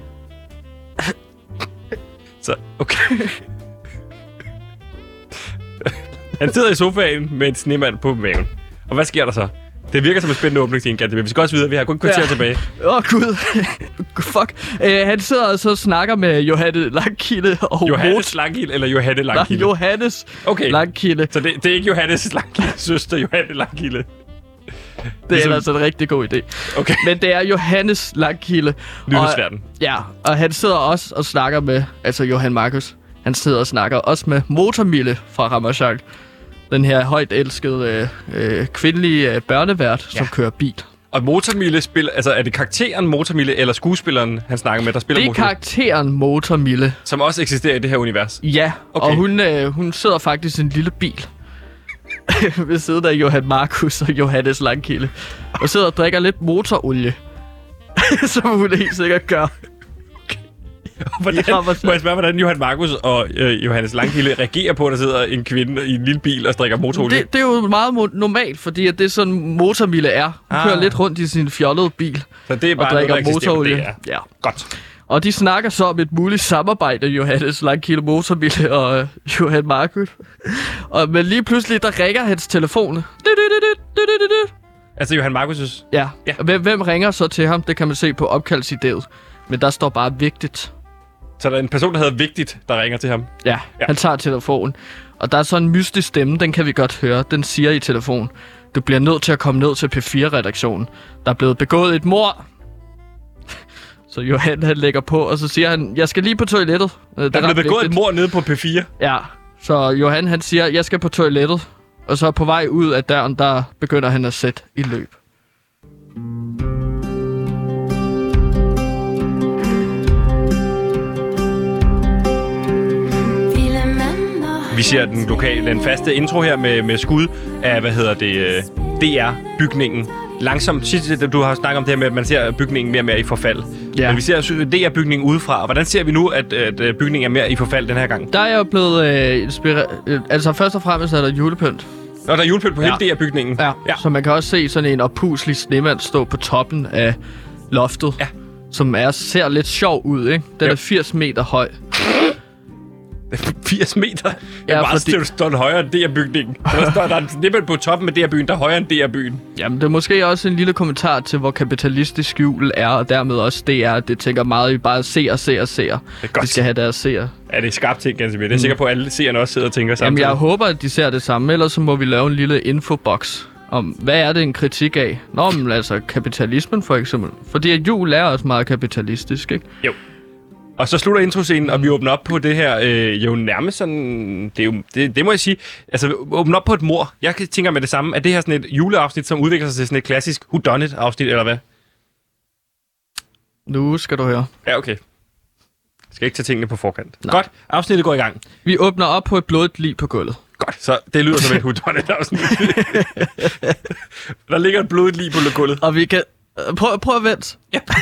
Så, okay. Han sidder i sofaen med en snemand på maven. Og hvad sker der så? Det virker som en spændende åbning, men vi skal også videre. Vi har kun kvarter ja. tilbage. Åh, oh, gud. Fuck. Uh, han sidder og så snakker med Johanne Langkilde og Johannes Langkilde eller Johanne Langkilde? Nej, Johannes okay. Langkilde. Så det, det er ikke Johannes Langkildes søster, Johanne Langkilde? Det er Ligesom- altså en rigtig god idé. Okay. Men det er Johannes Langkilde. Nyhedsverden. Ja, og han sidder også og snakker med, altså Johan Markus, han sidder og snakker også med Motormille fra Ramachan. Den her højt elskede øh, øh, kvindelige øh, børnevært, som Ja. kører bil. Og Motormille spiller... Altså, er det karakteren Motormille, eller skuespilleren, han snakker med, der spiller Det er Motormille? karakteren Motormille. Som også eksisterer i det her univers. Ja, Okay. og hun, øh, hun sidder faktisk i en lille bil ved siden af Johan Markus og Johannes Langkilde. Og sidder og drikker lidt motorolie. Som hun helt sikkert gør. Hvordan, Ja, hvor- må jeg spørge, hvordan Johan Markus og øh, Johannes Langkilde reagerer på, at der sidder en kvinde i en lille bil og drikker motorolie? Det, det er jo meget mo- normalt, fordi at det er sådan Motormille er. Hun Ah. ah. kører lidt rundt i sin fjollede bil Så det er og bare noget, der drikker eksisterer på motorolie. D R. Ja. Godt. Og de snakker så om et muligt samarbejde, Johannes Langkilde Motormille og øh, Johan Markus. Og men lige pludselig, der ringer hans telefon. Altså Johan Markus' Ja. Ja. ja. Hvem, hvem ringer så til ham? Det kan man se på opkaldsidéet. Men der står bare vigtigt. Så der er en person, der hedder Vigtigt, der ringer til ham. Ja, Ja. ja, han tager telefonen. Og der er så en mystisk stemme, den kan vi godt høre. Den siger i telefonen, du bliver nødt til at komme ned til P fire-redaktionen. Der er blevet begået et mord. Så Johan han lægger på, og så siger han, jeg skal lige på toilettet. Øh, det Der er blevet ret begået et vigtigt. mord nede på P fire. Ja, så Johan han siger, jeg skal på toilettet. Og så på vej ud af døren, der begynder han at sætte i løb. Vi ser den lokale, den faste intro her med, med skud af, hvad hedder det, øh, D R-bygningen. Langsomt, sidst, du har snakket om det her med, at man ser bygningen mere og mere i forfald. Ja. Men vi ser D R-bygningen udefra, og hvordan ser vi nu, at, at bygningen er mere i forfald den her gang? Der er jo blevet øh, inspireret... Øh, altså først og fremmest er der julepynt. Og der er julepynt på Ja. hele D R-bygningen. Ja. Ja. ja. Så man kan også se sådan en oppuslig snemand stå på toppen af loftet. Ja. Som er, ser lidt sjov ud, ikke? Den Jo. er firs meter høj. firs meter. Det er Ja, meget fordi- fordi... stort højere end D R-bygningen. Der står der er en snippet på toppen af D R-byen, der er højere end D R-byen. Jamen, det er måske også en lille kommentar til, hvor kapitalistisk jul er, og dermed også det er, det tænker meget, vi bare ser og ser og ser. Det er godt. Vi skal have deres seer. Ja, det er skarpt ting, ganske mere. Det er sikker på, at alle seerne også sidder og tænker Jamen, samtidig. jeg håber, at de ser det samme, ellers så må vi lave en lille infobox om, hvad er det en kritik af? Nå, men altså kapitalismen for eksempel. Fordi at jul er også meget kapitalistisk, ikke? Jo. Og så slutter introscenen, og vi åbner op på det her, øh, jo nærmest sådan, det, er jo, det, det må jeg sige, altså åbner op på et mord. Jeg tænker med det samme, at det her sådan et juleafsnit, som udvikler sig til sådan et klassisk whodunit-afsnit, eller hvad? Nu skal du høre. Ja, okay. Jeg skal ikke tage tingene på forkant. Nej. Godt, afsnittet går i gang. Vi åbner op på et blodigt lig på gulvet. Godt, så det lyder som et whodunit-afsnit. Der ligger et blodigt lig på gulvet. Og vi kan... øh, Prøv, prøv at vente.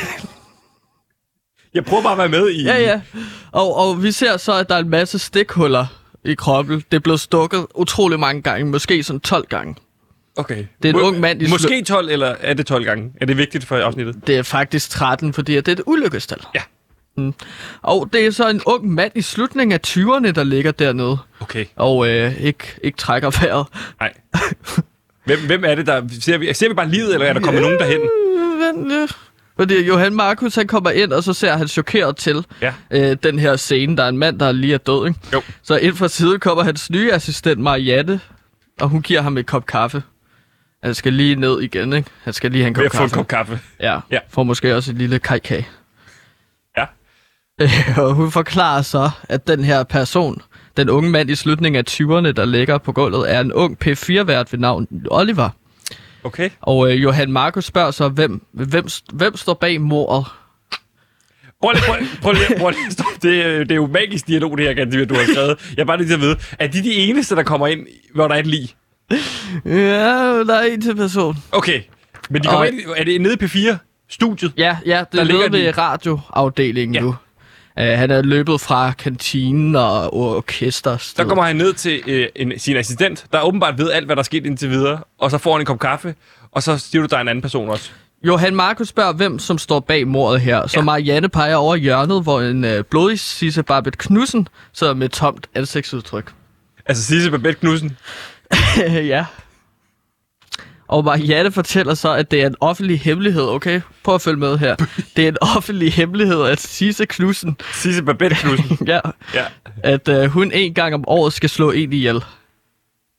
Jeg prøver bare at være med i... Ja, ja. Og, og vi ser så, at der er en masse stikhuller i kroppen. Det er blevet stukket utrolig mange gange. Måske sådan tolv gange. Okay. Det er en Må- ung mand i Måske tolv, eller er det tolv gange? Er det vigtigt for afsnittet? Det er faktisk tretten, fordi det er et ulykkestal. Ja. Mm. Og det er så en ung mand i slutningen af tyverne, der ligger dernede. Okay. Og øh, ikke, ikke trækker vejret. Nej. Hvem, hvem er det, der... Ser vi, ser vi bare livet, eller er der kommet nogen derhen? Men, øh, fordi Johan Markus, han kommer ind, og så ser han chokeret til Ja. øh, den her scene. Der er en mand, der lige er død, ikke? Jo. Så ind fra siden kommer hans nye assistent, Marianne, og hun giver ham et kop kaffe. Han skal lige ned igen, ikke? Han skal lige have en kop Ved at få en kaffe. kop kaffe. Ja, Ja. får måske også et lille kajkage. Ja. Og hun forklarer så, at den her person, den unge mand i slutningen af tyverne, der ligger på gulvet, er en ung P fire-vært ved navn Oliver. Okay. Og øh, Johan Markus spørger så, hvem, hvem, hvem står bag mordet? Prøv lige, prøv, prøv lige, prøv lige, stop. Det, er- det er jo magisk dialog, det her, Gantemir, du har skrevet. Jeg er bare lige til at vide, er de de eneste, der kommer ind, hvor der er et lig? Ja, der er en til person. Okay. Men de kommer Og- ind, er det nede i P fire-studiet? Ja, ja, det Der er ligger nede de. ved radioafdelingen Ja. nu. Uh, han er løbet fra kantinen og orkester. Der kommer han ned til øh, en, sin assistent, der åbenbart ved alt, hvad der er sket indtil videre, og så får han en kop kaffe, og så siger du, der er en anden person også. Johan Markus spørger, hvem som står bag mordet her. Så Ja. Marianne peger over hjørnet, hvor en uh, blodig Sisse Barbet Knudsen sidder med et tomt ansigtsudtryk. Altså Sisse Babette Knudsen. Ja. Og Marianne fortæller så, at det er en offentlig hemmelighed, okay? Prøv at følge med her. Det er en offentlig hemmelighed, at Sisse Knudsen, Sisse Babette Knudsen. ja, Ja. at uh, hun en gang om året skal slå en ihjel.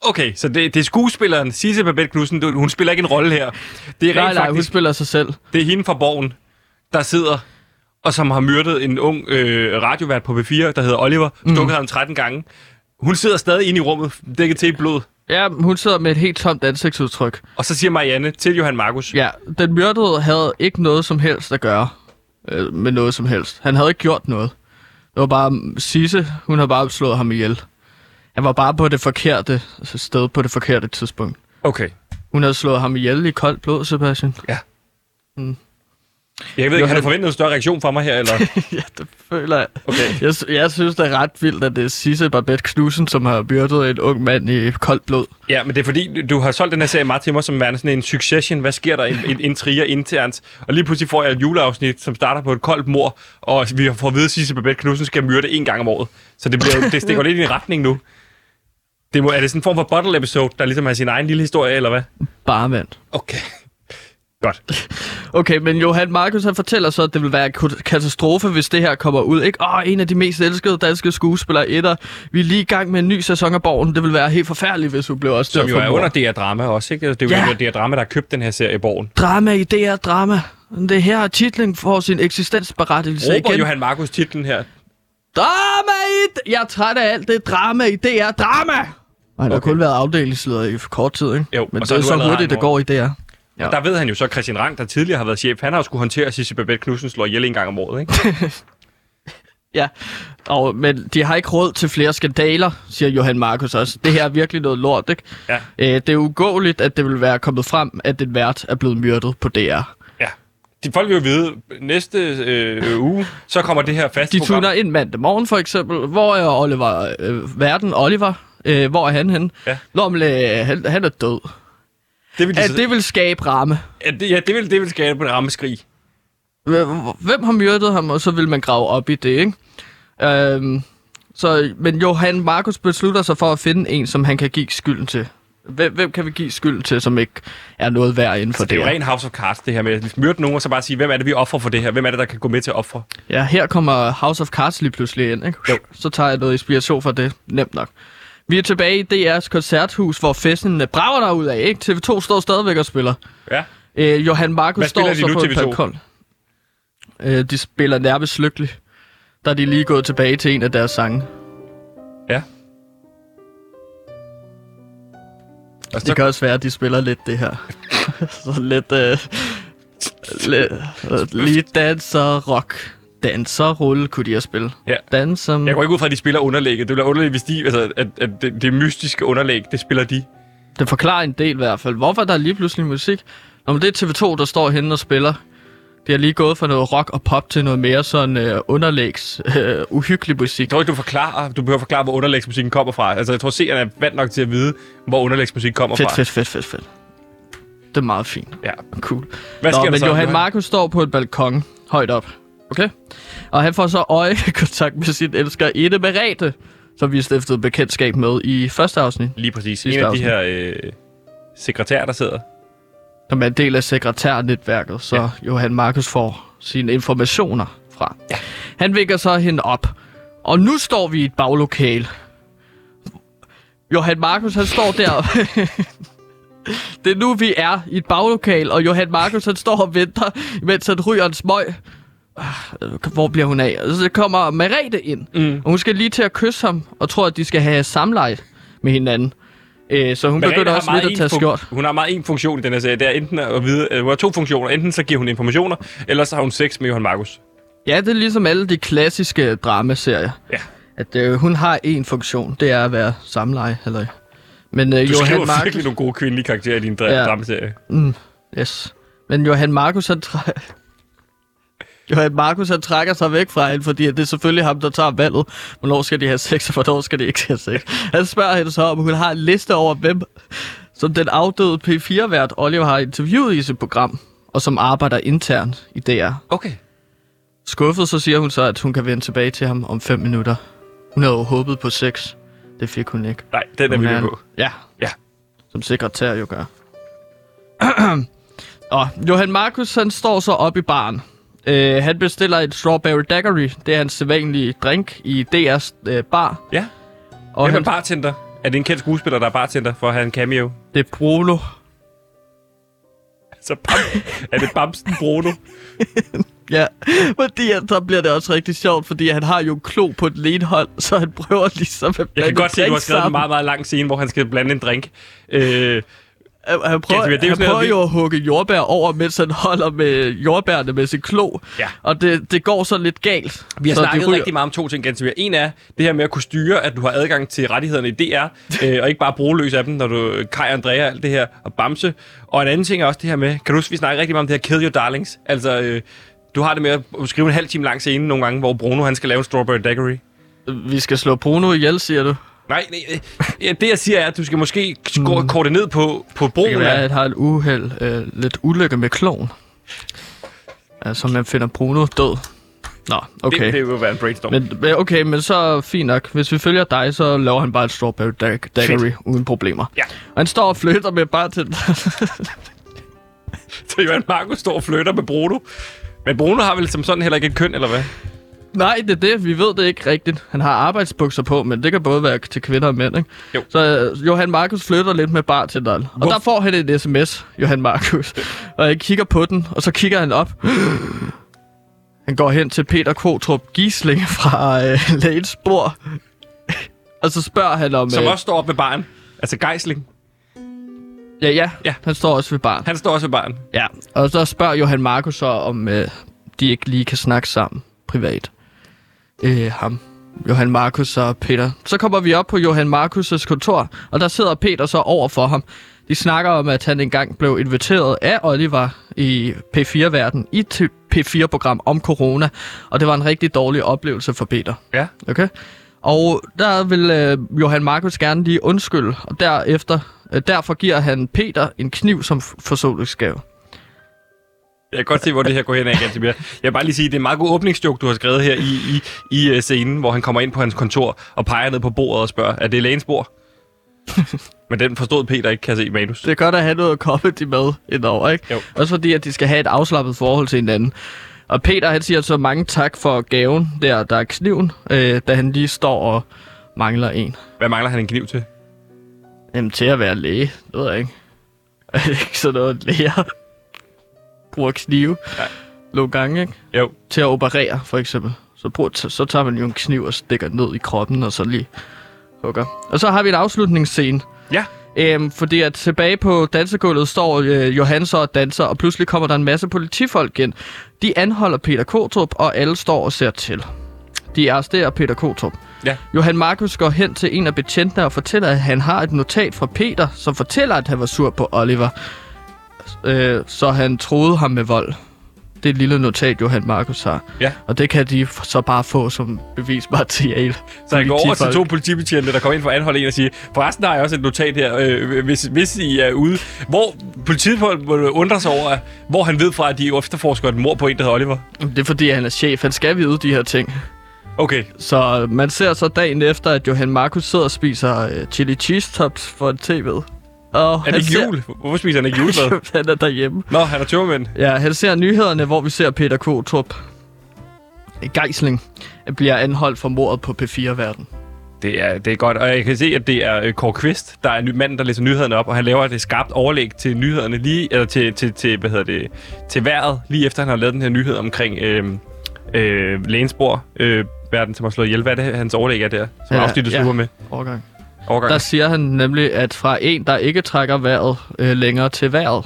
Okay, så det, det er skuespilleren, Sisse Babette Knudsen. Hun spiller ikke en rolle her. Det er Nej, rent nej, faktisk, hun spiller sig selv. det er hende fra Borgen, der sidder og som har myrdet en ung øh, radiovært på B fire, der hedder Oliver, stukket mm. ham tretten gange. Hun sidder stadig inde i rummet, dækket til i blod. Ja, hun sidder med et helt tomt ansigtsudtryk. Og så siger Marianne til Johan Markus. Ja, den myrdede havde ikke noget som helst at gøre øh, med noget som helst. Han havde ikke gjort noget. Det var bare Sisse, hun havde bare slået ham ihjel. Han var bare på det forkerte sted på det forkerte tidspunkt. Okay. Hun havde slået ham ihjel i koldt blod, Sebastian. Ja. Mm. Jeg ved ikke, har du forventet en større reaktion fra mig her, eller? Ja, det føler jeg. Okay. jeg. Jeg synes, det er ret vildt, at det er Sisse Babette Knudsen, som har byrdet en ung mand i koldt blod. Ja, men det er fordi, du har solgt den her serie meget til mig som værende sådan en succession. Hvad sker der? En, en intriger internt. Og lige pludselig får jeg et juleafsnit, som starter på et koldt mord, og vi får at vide, at Sisse Babette Knudsen skal myrde en gang om året. Så det, bliver, det stikker lidt i en retning nu. Det må, er det sådan en form for bottle episode, der ligesom har sin egen lille historie, eller hvad? Bare vand. Okay. Godt. Okay, men Johan Markus, han fortæller så, at det vil være en katastrofe, hvis det her kommer ud. Ikke? Åh, en af de mest elskede danske skuespillere, etter. Vi er lige i gang med en ny sæson af Borgen. Det vil være helt forfærdeligt, hvis du blev også Som jo er under D R Drama også, ikke? Det er jo ja. D R Drama, der har købt den her serie i Borgen. Drama i D R Drama. Det her titlen får sin eksistensberettigelse Råber igen. Johan Markus titlen her. Drama i... Jeg er træt af alt det drama i D R Drama! Og han har Okay. kun været afdelingsleder i kort tid, ikke? Jo, men og det så er har du så allerede hurtigt, det regnet går i D R. Ja. Og der ved han jo så, Christian Rang, der tidligere har været chef, han har jo skulle håndtere Sisse Babette Knudsen slår ihjel en gang om året, ikke? Ja, og, men de har ikke råd til flere skandaler, siger Johan Markus også. Det her er virkelig noget lort, ikke? Ja. Æ, det er ugåeligt, at det vil være kommet frem, at den vært er blevet myrdet på D R. Ja. De folk vil jo vide, næste øh, uge, så kommer det her fast De program. tuner ind mandag morgen, for eksempel. Hvor er Oliver, øh, verden Oliver? Øh, hvor er han henne? Ja. Lomle, han, han er død. Det vil, de At så, det vil skabe ramme. ja, det, ja, det vil, det vil skabe en rammeskrig. Hvem har myrdet ham, og så vil man grave op i det, ikke? Øhm, så, men Johan Markus beslutter sig for at finde en, som han kan give skylden til. Hvem, hvem kan vi give skylden til, som ikke er noget værd inden for Så det er det jo her? ren House of Cards, det her med at myrde nogen, og så bare sige, hvem er det, vi offrer for det her? Hvem er det, der kan gå med til at ofre? Ja, her kommer House of Cards lige pludselig ind, ikke? Jo. Så tager jeg noget inspiration fra det. Nemt nok. Vi er tilbage i D R's koncerthus, hvor festen brager der ud af, ikke? T V to står stadigvæk og spiller. Ja. Øh, Johan Markus Hvad spiller står de så nu, på T V et to? balkon. Øh, de spiller nærmest lykkelig. Der er de lige gået tilbage til en af deres sange. Ja. Og så, Det kan også være, at de spiller lidt det her. Så lidt... Øh, lidt øh, lige danser, rock, danser, rulle, kunne de have spillet. Ja. Danser... jeg går ikke ud fra, at de spiller underlægget. Det bliver underlægget, hvis de, altså, at, at det, det mystiske underlæg, det spiller de. Det forklarer en del i hvert fald. Hvorfor der er lige pludselig musik? Når det er T V to, der står henne og spiller. Det er lige gået fra noget rock og pop til noget mere sådan øh, underlægs, øh, uhyggelig musik. Jeg tror ikke, du, forklarer, du behøver forklare, hvor underlægsmusikken kommer fra. Altså, jeg tror, seerne er vant nok til at vide, hvor underlægsmusik kommer Fedt, fra. fedt, fedt, fedt, fedt. Det er meget fint. Ja. Cool. Hvad Nå, sker der men så, Johan Johan? Markus står på et balkon højt op. Okay? Og han får så øjekontakt med sin elsker Inde Merete, som vi stiftede bekendtskab med i første afsnit. Lige præcis. Sidste En af de afsnit. her øh, sekretærer, der sidder. Som er en del af sekretærnetværket, så Ja. Johan Markus får sine informationer fra. Ja. Han vækker så hende op. Og nu står vi i et baglokale. Johan Markus, han står der. Det er nu, vi er i et baglokale, og Johan Markus, han står og venter, mens han ryger en smøg. Hvor bliver hun af? Og så kommer Merete ind, Mm. og hun skal lige til at kysse ham, og tror, at de skal have samleje med hinanden. Øh, så hun Merete begynder har også meget lidt at tage en fun- skjort. Hun har meget en funktion i den her serie. Det er enten at vide, øh, hun har to funktioner. Enten så giver hun informationer, eller så har hun sex med Johan Markus. Ja, det er ligesom alle de klassiske dramaserier. Ja. At øh, hun har én funktion, det er at være samleje, eller... Men øh, Du Johan skriver Markus... virkelig nogle gode kvindelige karakterer i din dra- Ja. dramaserie. Mm, yes. Men Johan Markus, han... Træ... Johan Markus, han trækker sig væk fra hende, fordi det er selvfølgelig ham, der tager valget. Hvornår skal de have sex, og hvornår skal de ikke have sex? Han spørger hende så, om hun har en liste over, hvem som den afdøde P fire-vært Oliver har interviewet i sit program, og som arbejder internt i D R. Okay. Skuffet, så siger hun så, at hun kan vende tilbage til ham om fem minutter. Hun havde jo håbet på sex. Det fik hun ikke. Nej, den er Hun vi er- med på. Ja. Ja. Som sekretær jo gør. Og Johan Markus, han står så op i baren. Uh, han bestiller et strawberry daiquiri. Det er hans sædvanlige drink i D R's uh, bar. Ja. Og Hvem er han, bartender? Er det en kendt skuespiller, der er bartender for at have en cameo? Det er Bruno. Så bam, er det Bamsen Bruno? Ja, fordi at, så bliver det også rigtig sjovt, fordi han har jo en klo på et ene hold, så han prøver ligesom at blande Jeg kan godt se, at du har skrevet sammen. en meget, meget lang scene, hvor han skal blande en drink. Øh, Han, han prøver, det er jo han prøver jo at hugge jordbær over, mens han holder med jordbærne med sin klo. Ja. Og det, det går så lidt galt. Vi har så snakket ryger... rigtig meget om to ting, Gantemir. En er det her med at kunne styre, at du har adgang til rettighederne i D R, øh, og ikke bare bruge løs af dem, når du Kai Andrea alt det her, og Bamse. Og en anden ting er også det her med, kan du huske, vi snakker rigtig meget om det her Kill Your Darlings. Altså, øh, du har det med at skrive en halv time lang scene nogle gange, hvor Bruno han skal lave en Strawberry Daiquiri. Vi skal slå Bruno ihjel, siger du? Nej, nej, det jeg siger er, at du skal måske mm. korte ned på, på Det broen kan være, af... at jeg har et uheld, øh, lidt ulykke med kloven. Altså, man finder Bruno død. Nå, okay. Det, det vil være en brainstorm. Men, men okay, men så fint nok. Hvis vi følger dig, så laver han bare et Strawberry dag- Daiquiri uden problemer. Ja. Og han står og flytter med bare til... Så Johan Markus står og flytter med Bruno. Men Bruno har vel som sådan heller ikke et køn, eller hvad? Nej, det er det. Vi ved det ikke rigtigt. Han har arbejdsbukser på, men det kan både være til kvinder og mænd, ikke? Jo. Så uh, Johan Markus flytter lidt med bartenderen. Og der får han en sms, Johan Markus. Og jeg kigger på den, og så kigger han op. Han går hen til Peter Kotrup Gisling fra øh, Lægens bord. Og så spørger han om... Som øh, også står op ved baren. Altså Geisling. Ja, ja, Ja. han står også ved baren. Han står også ved baren. Ja, og så spørger Johan Markus så, om øh, de ikke lige kan snakke sammen privat. Øh, ham. Johan Markus og Peter. Så kommer vi op på Johan Markus' kontor, og der sidder Peter så over for ham. De snakker om, at han engang blev inviteret af Oliver i P fire-verden i et P fire-program om corona, og det var en rigtig dårlig oplevelse for Peter. Ja. Okay? Og der vil øh, Johan Markus gerne lige undskylde, og derefter, øh, derfor giver han Peter en kniv som forsoningsgave. Jeg kan godt se, hvor det her går hen af, Gantemir. Jeg vil bare lige sige, det er en meget god åbningsjoke, du har skrevet her i, i, i uh, scenen, hvor han kommer ind på hans kontor og peger ned på bordet og spørger, er det lægens bord? Men den forstod Peter ikke, kan jeg se i manus. Det er godt at have noget comedy med indover, ikke? Jo. Også fordi, at de skal have et afslappet forhold til hinanden. Og Peter, han siger så mange tak for gaven, der, der er kniven, øh, da han lige står og mangler en. Hvad mangler han en kniv til? Jamen, til at være læge, det ved jeg ikke. Er det ikke sådan noget, læger bruger knive Ja. nogle gange, ikke? Jo. Til at operere, for eksempel. Så, bruger, så tager man jo en kniv og stikker ned i kroppen, og så lige hugger. Og så har vi en afslutningsscene. Ja. Øhm, fordi at tilbage på dansegulvet står øh, Johan så og danser, og pludselig kommer der en masse politifolk ind. De anholder Peter Kotrup, og alle står og ser til. De arresterer Peter Kotrup. Ja. Johan Markus går hen til en af betjentene og fortæller, at han har et notat fra Peter, som fortæller, at han var sur på Oliver. Øh, så han troede ham med vold. Det er et lille notat, Johan Markus har. Ja. Og det kan de så bare få som bevismateriale. Så han går over til to politibetjente, der kommer ind for at anholde en og siger, forresten har jeg også et notat her, øh, hvis, hvis I er ude. Hvor politiet undrer sig over, hvor han ved fra, at de efterforsker et mord på en, der hedder Oliver. Det er fordi, han er chef. Han skal vide de her ting. Okay. Så man ser så dagen efter, at Johan Markus sidder og spiser uh, chili cheese tops for en T V. Og er det ikke ser... jul? Hvorfor spiser han ikke julemad? Han er derhjemme. Nå, han er tømmermænd. Ja, han ser nyhederne, hvor vi ser Peter Kotrup Geisling bliver anholdt for mordet på P fire-verden. Det er, det er godt, og jeg kan se, at det er Kåre Kvist, der er en mand, der læser nyhederne op, og han laver et skarpt overlæg til nyhederne lige, eller til, til, til, hvad hedder det, til vejret, lige efter han har lavet den her nyhed omkring øh, øh, Lægensborg, øh, verden, som har slået ihjel. Hvad er det, hans overlæg er der, som ja, afsnittet slutter med? Overgang. Overgang. Der siger han nemlig, at fra en, der ikke trækker vejret øh, længere til vejret.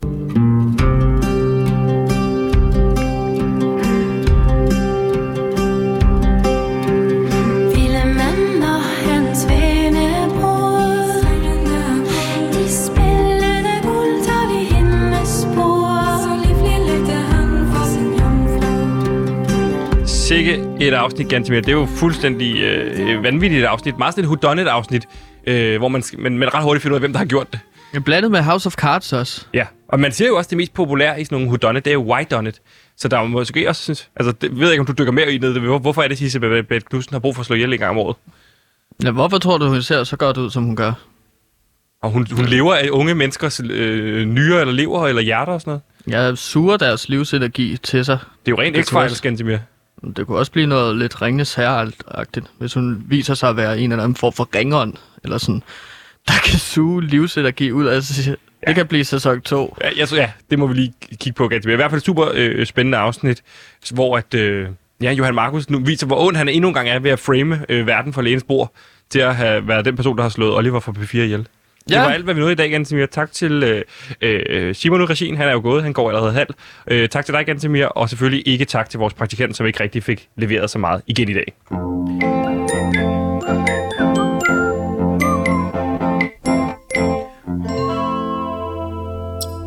Sikke et afsnit, Gantemir. Det er jo fuldstændig øh, vanvittigt afsnit. Meget sådan et whodunit-afsnit, øh, hvor man, man, man ret hurtigt finder ud af, hvem der har gjort det. Blandet med House of Cards også. Ja, og man siger jo også, det mest populære i sådan nogle whodunit, det er jo why-done-it. Så der er måske også, synes, altså, det, ved jeg ikke, om du dykker mere i det. Hvorfor er det, Sisse Beth Knudsen har brug for at slå ihjel en gang om året? Ja, hvorfor tror du, hun ser så godt ud, som hun gør? Og hun, hun lever af unge menneskers øh, nyrer, eller lever, eller hjerter og sådan noget? Jeg suger deres livsenergi til sig. Det er jo rent X-Files, Gantemir. Det kunne også blive noget lidt Ringenes Herre-agtigt, hvis hun viser sig at være en eller anden form for ringånd, eller sådan, der kan suge livsenergi ud. Altså, det ja. kan blive sæson to. Ja, altså, ja, det må vi lige kigge på ganske mere. I hvert fald et super øh, spændende afsnit, hvor at, øh, ja, Johan Markus nu viser, hvor ond han endnu en gang er ved at frame øh, verden for lægens bord, til at have været den person, der har slået Oliver fra P fire ihjel. Det ja. var alt, hvad vi nåede i dag, Gantemir. Tak til øh, øh, Simon Udregin. Han er jo gået. Han går allerede halv. Øh, tak til dig, Gantemir. Og selvfølgelig ikke tak til vores praktikant, som ikke rigtig fik leveret så meget igen i dag.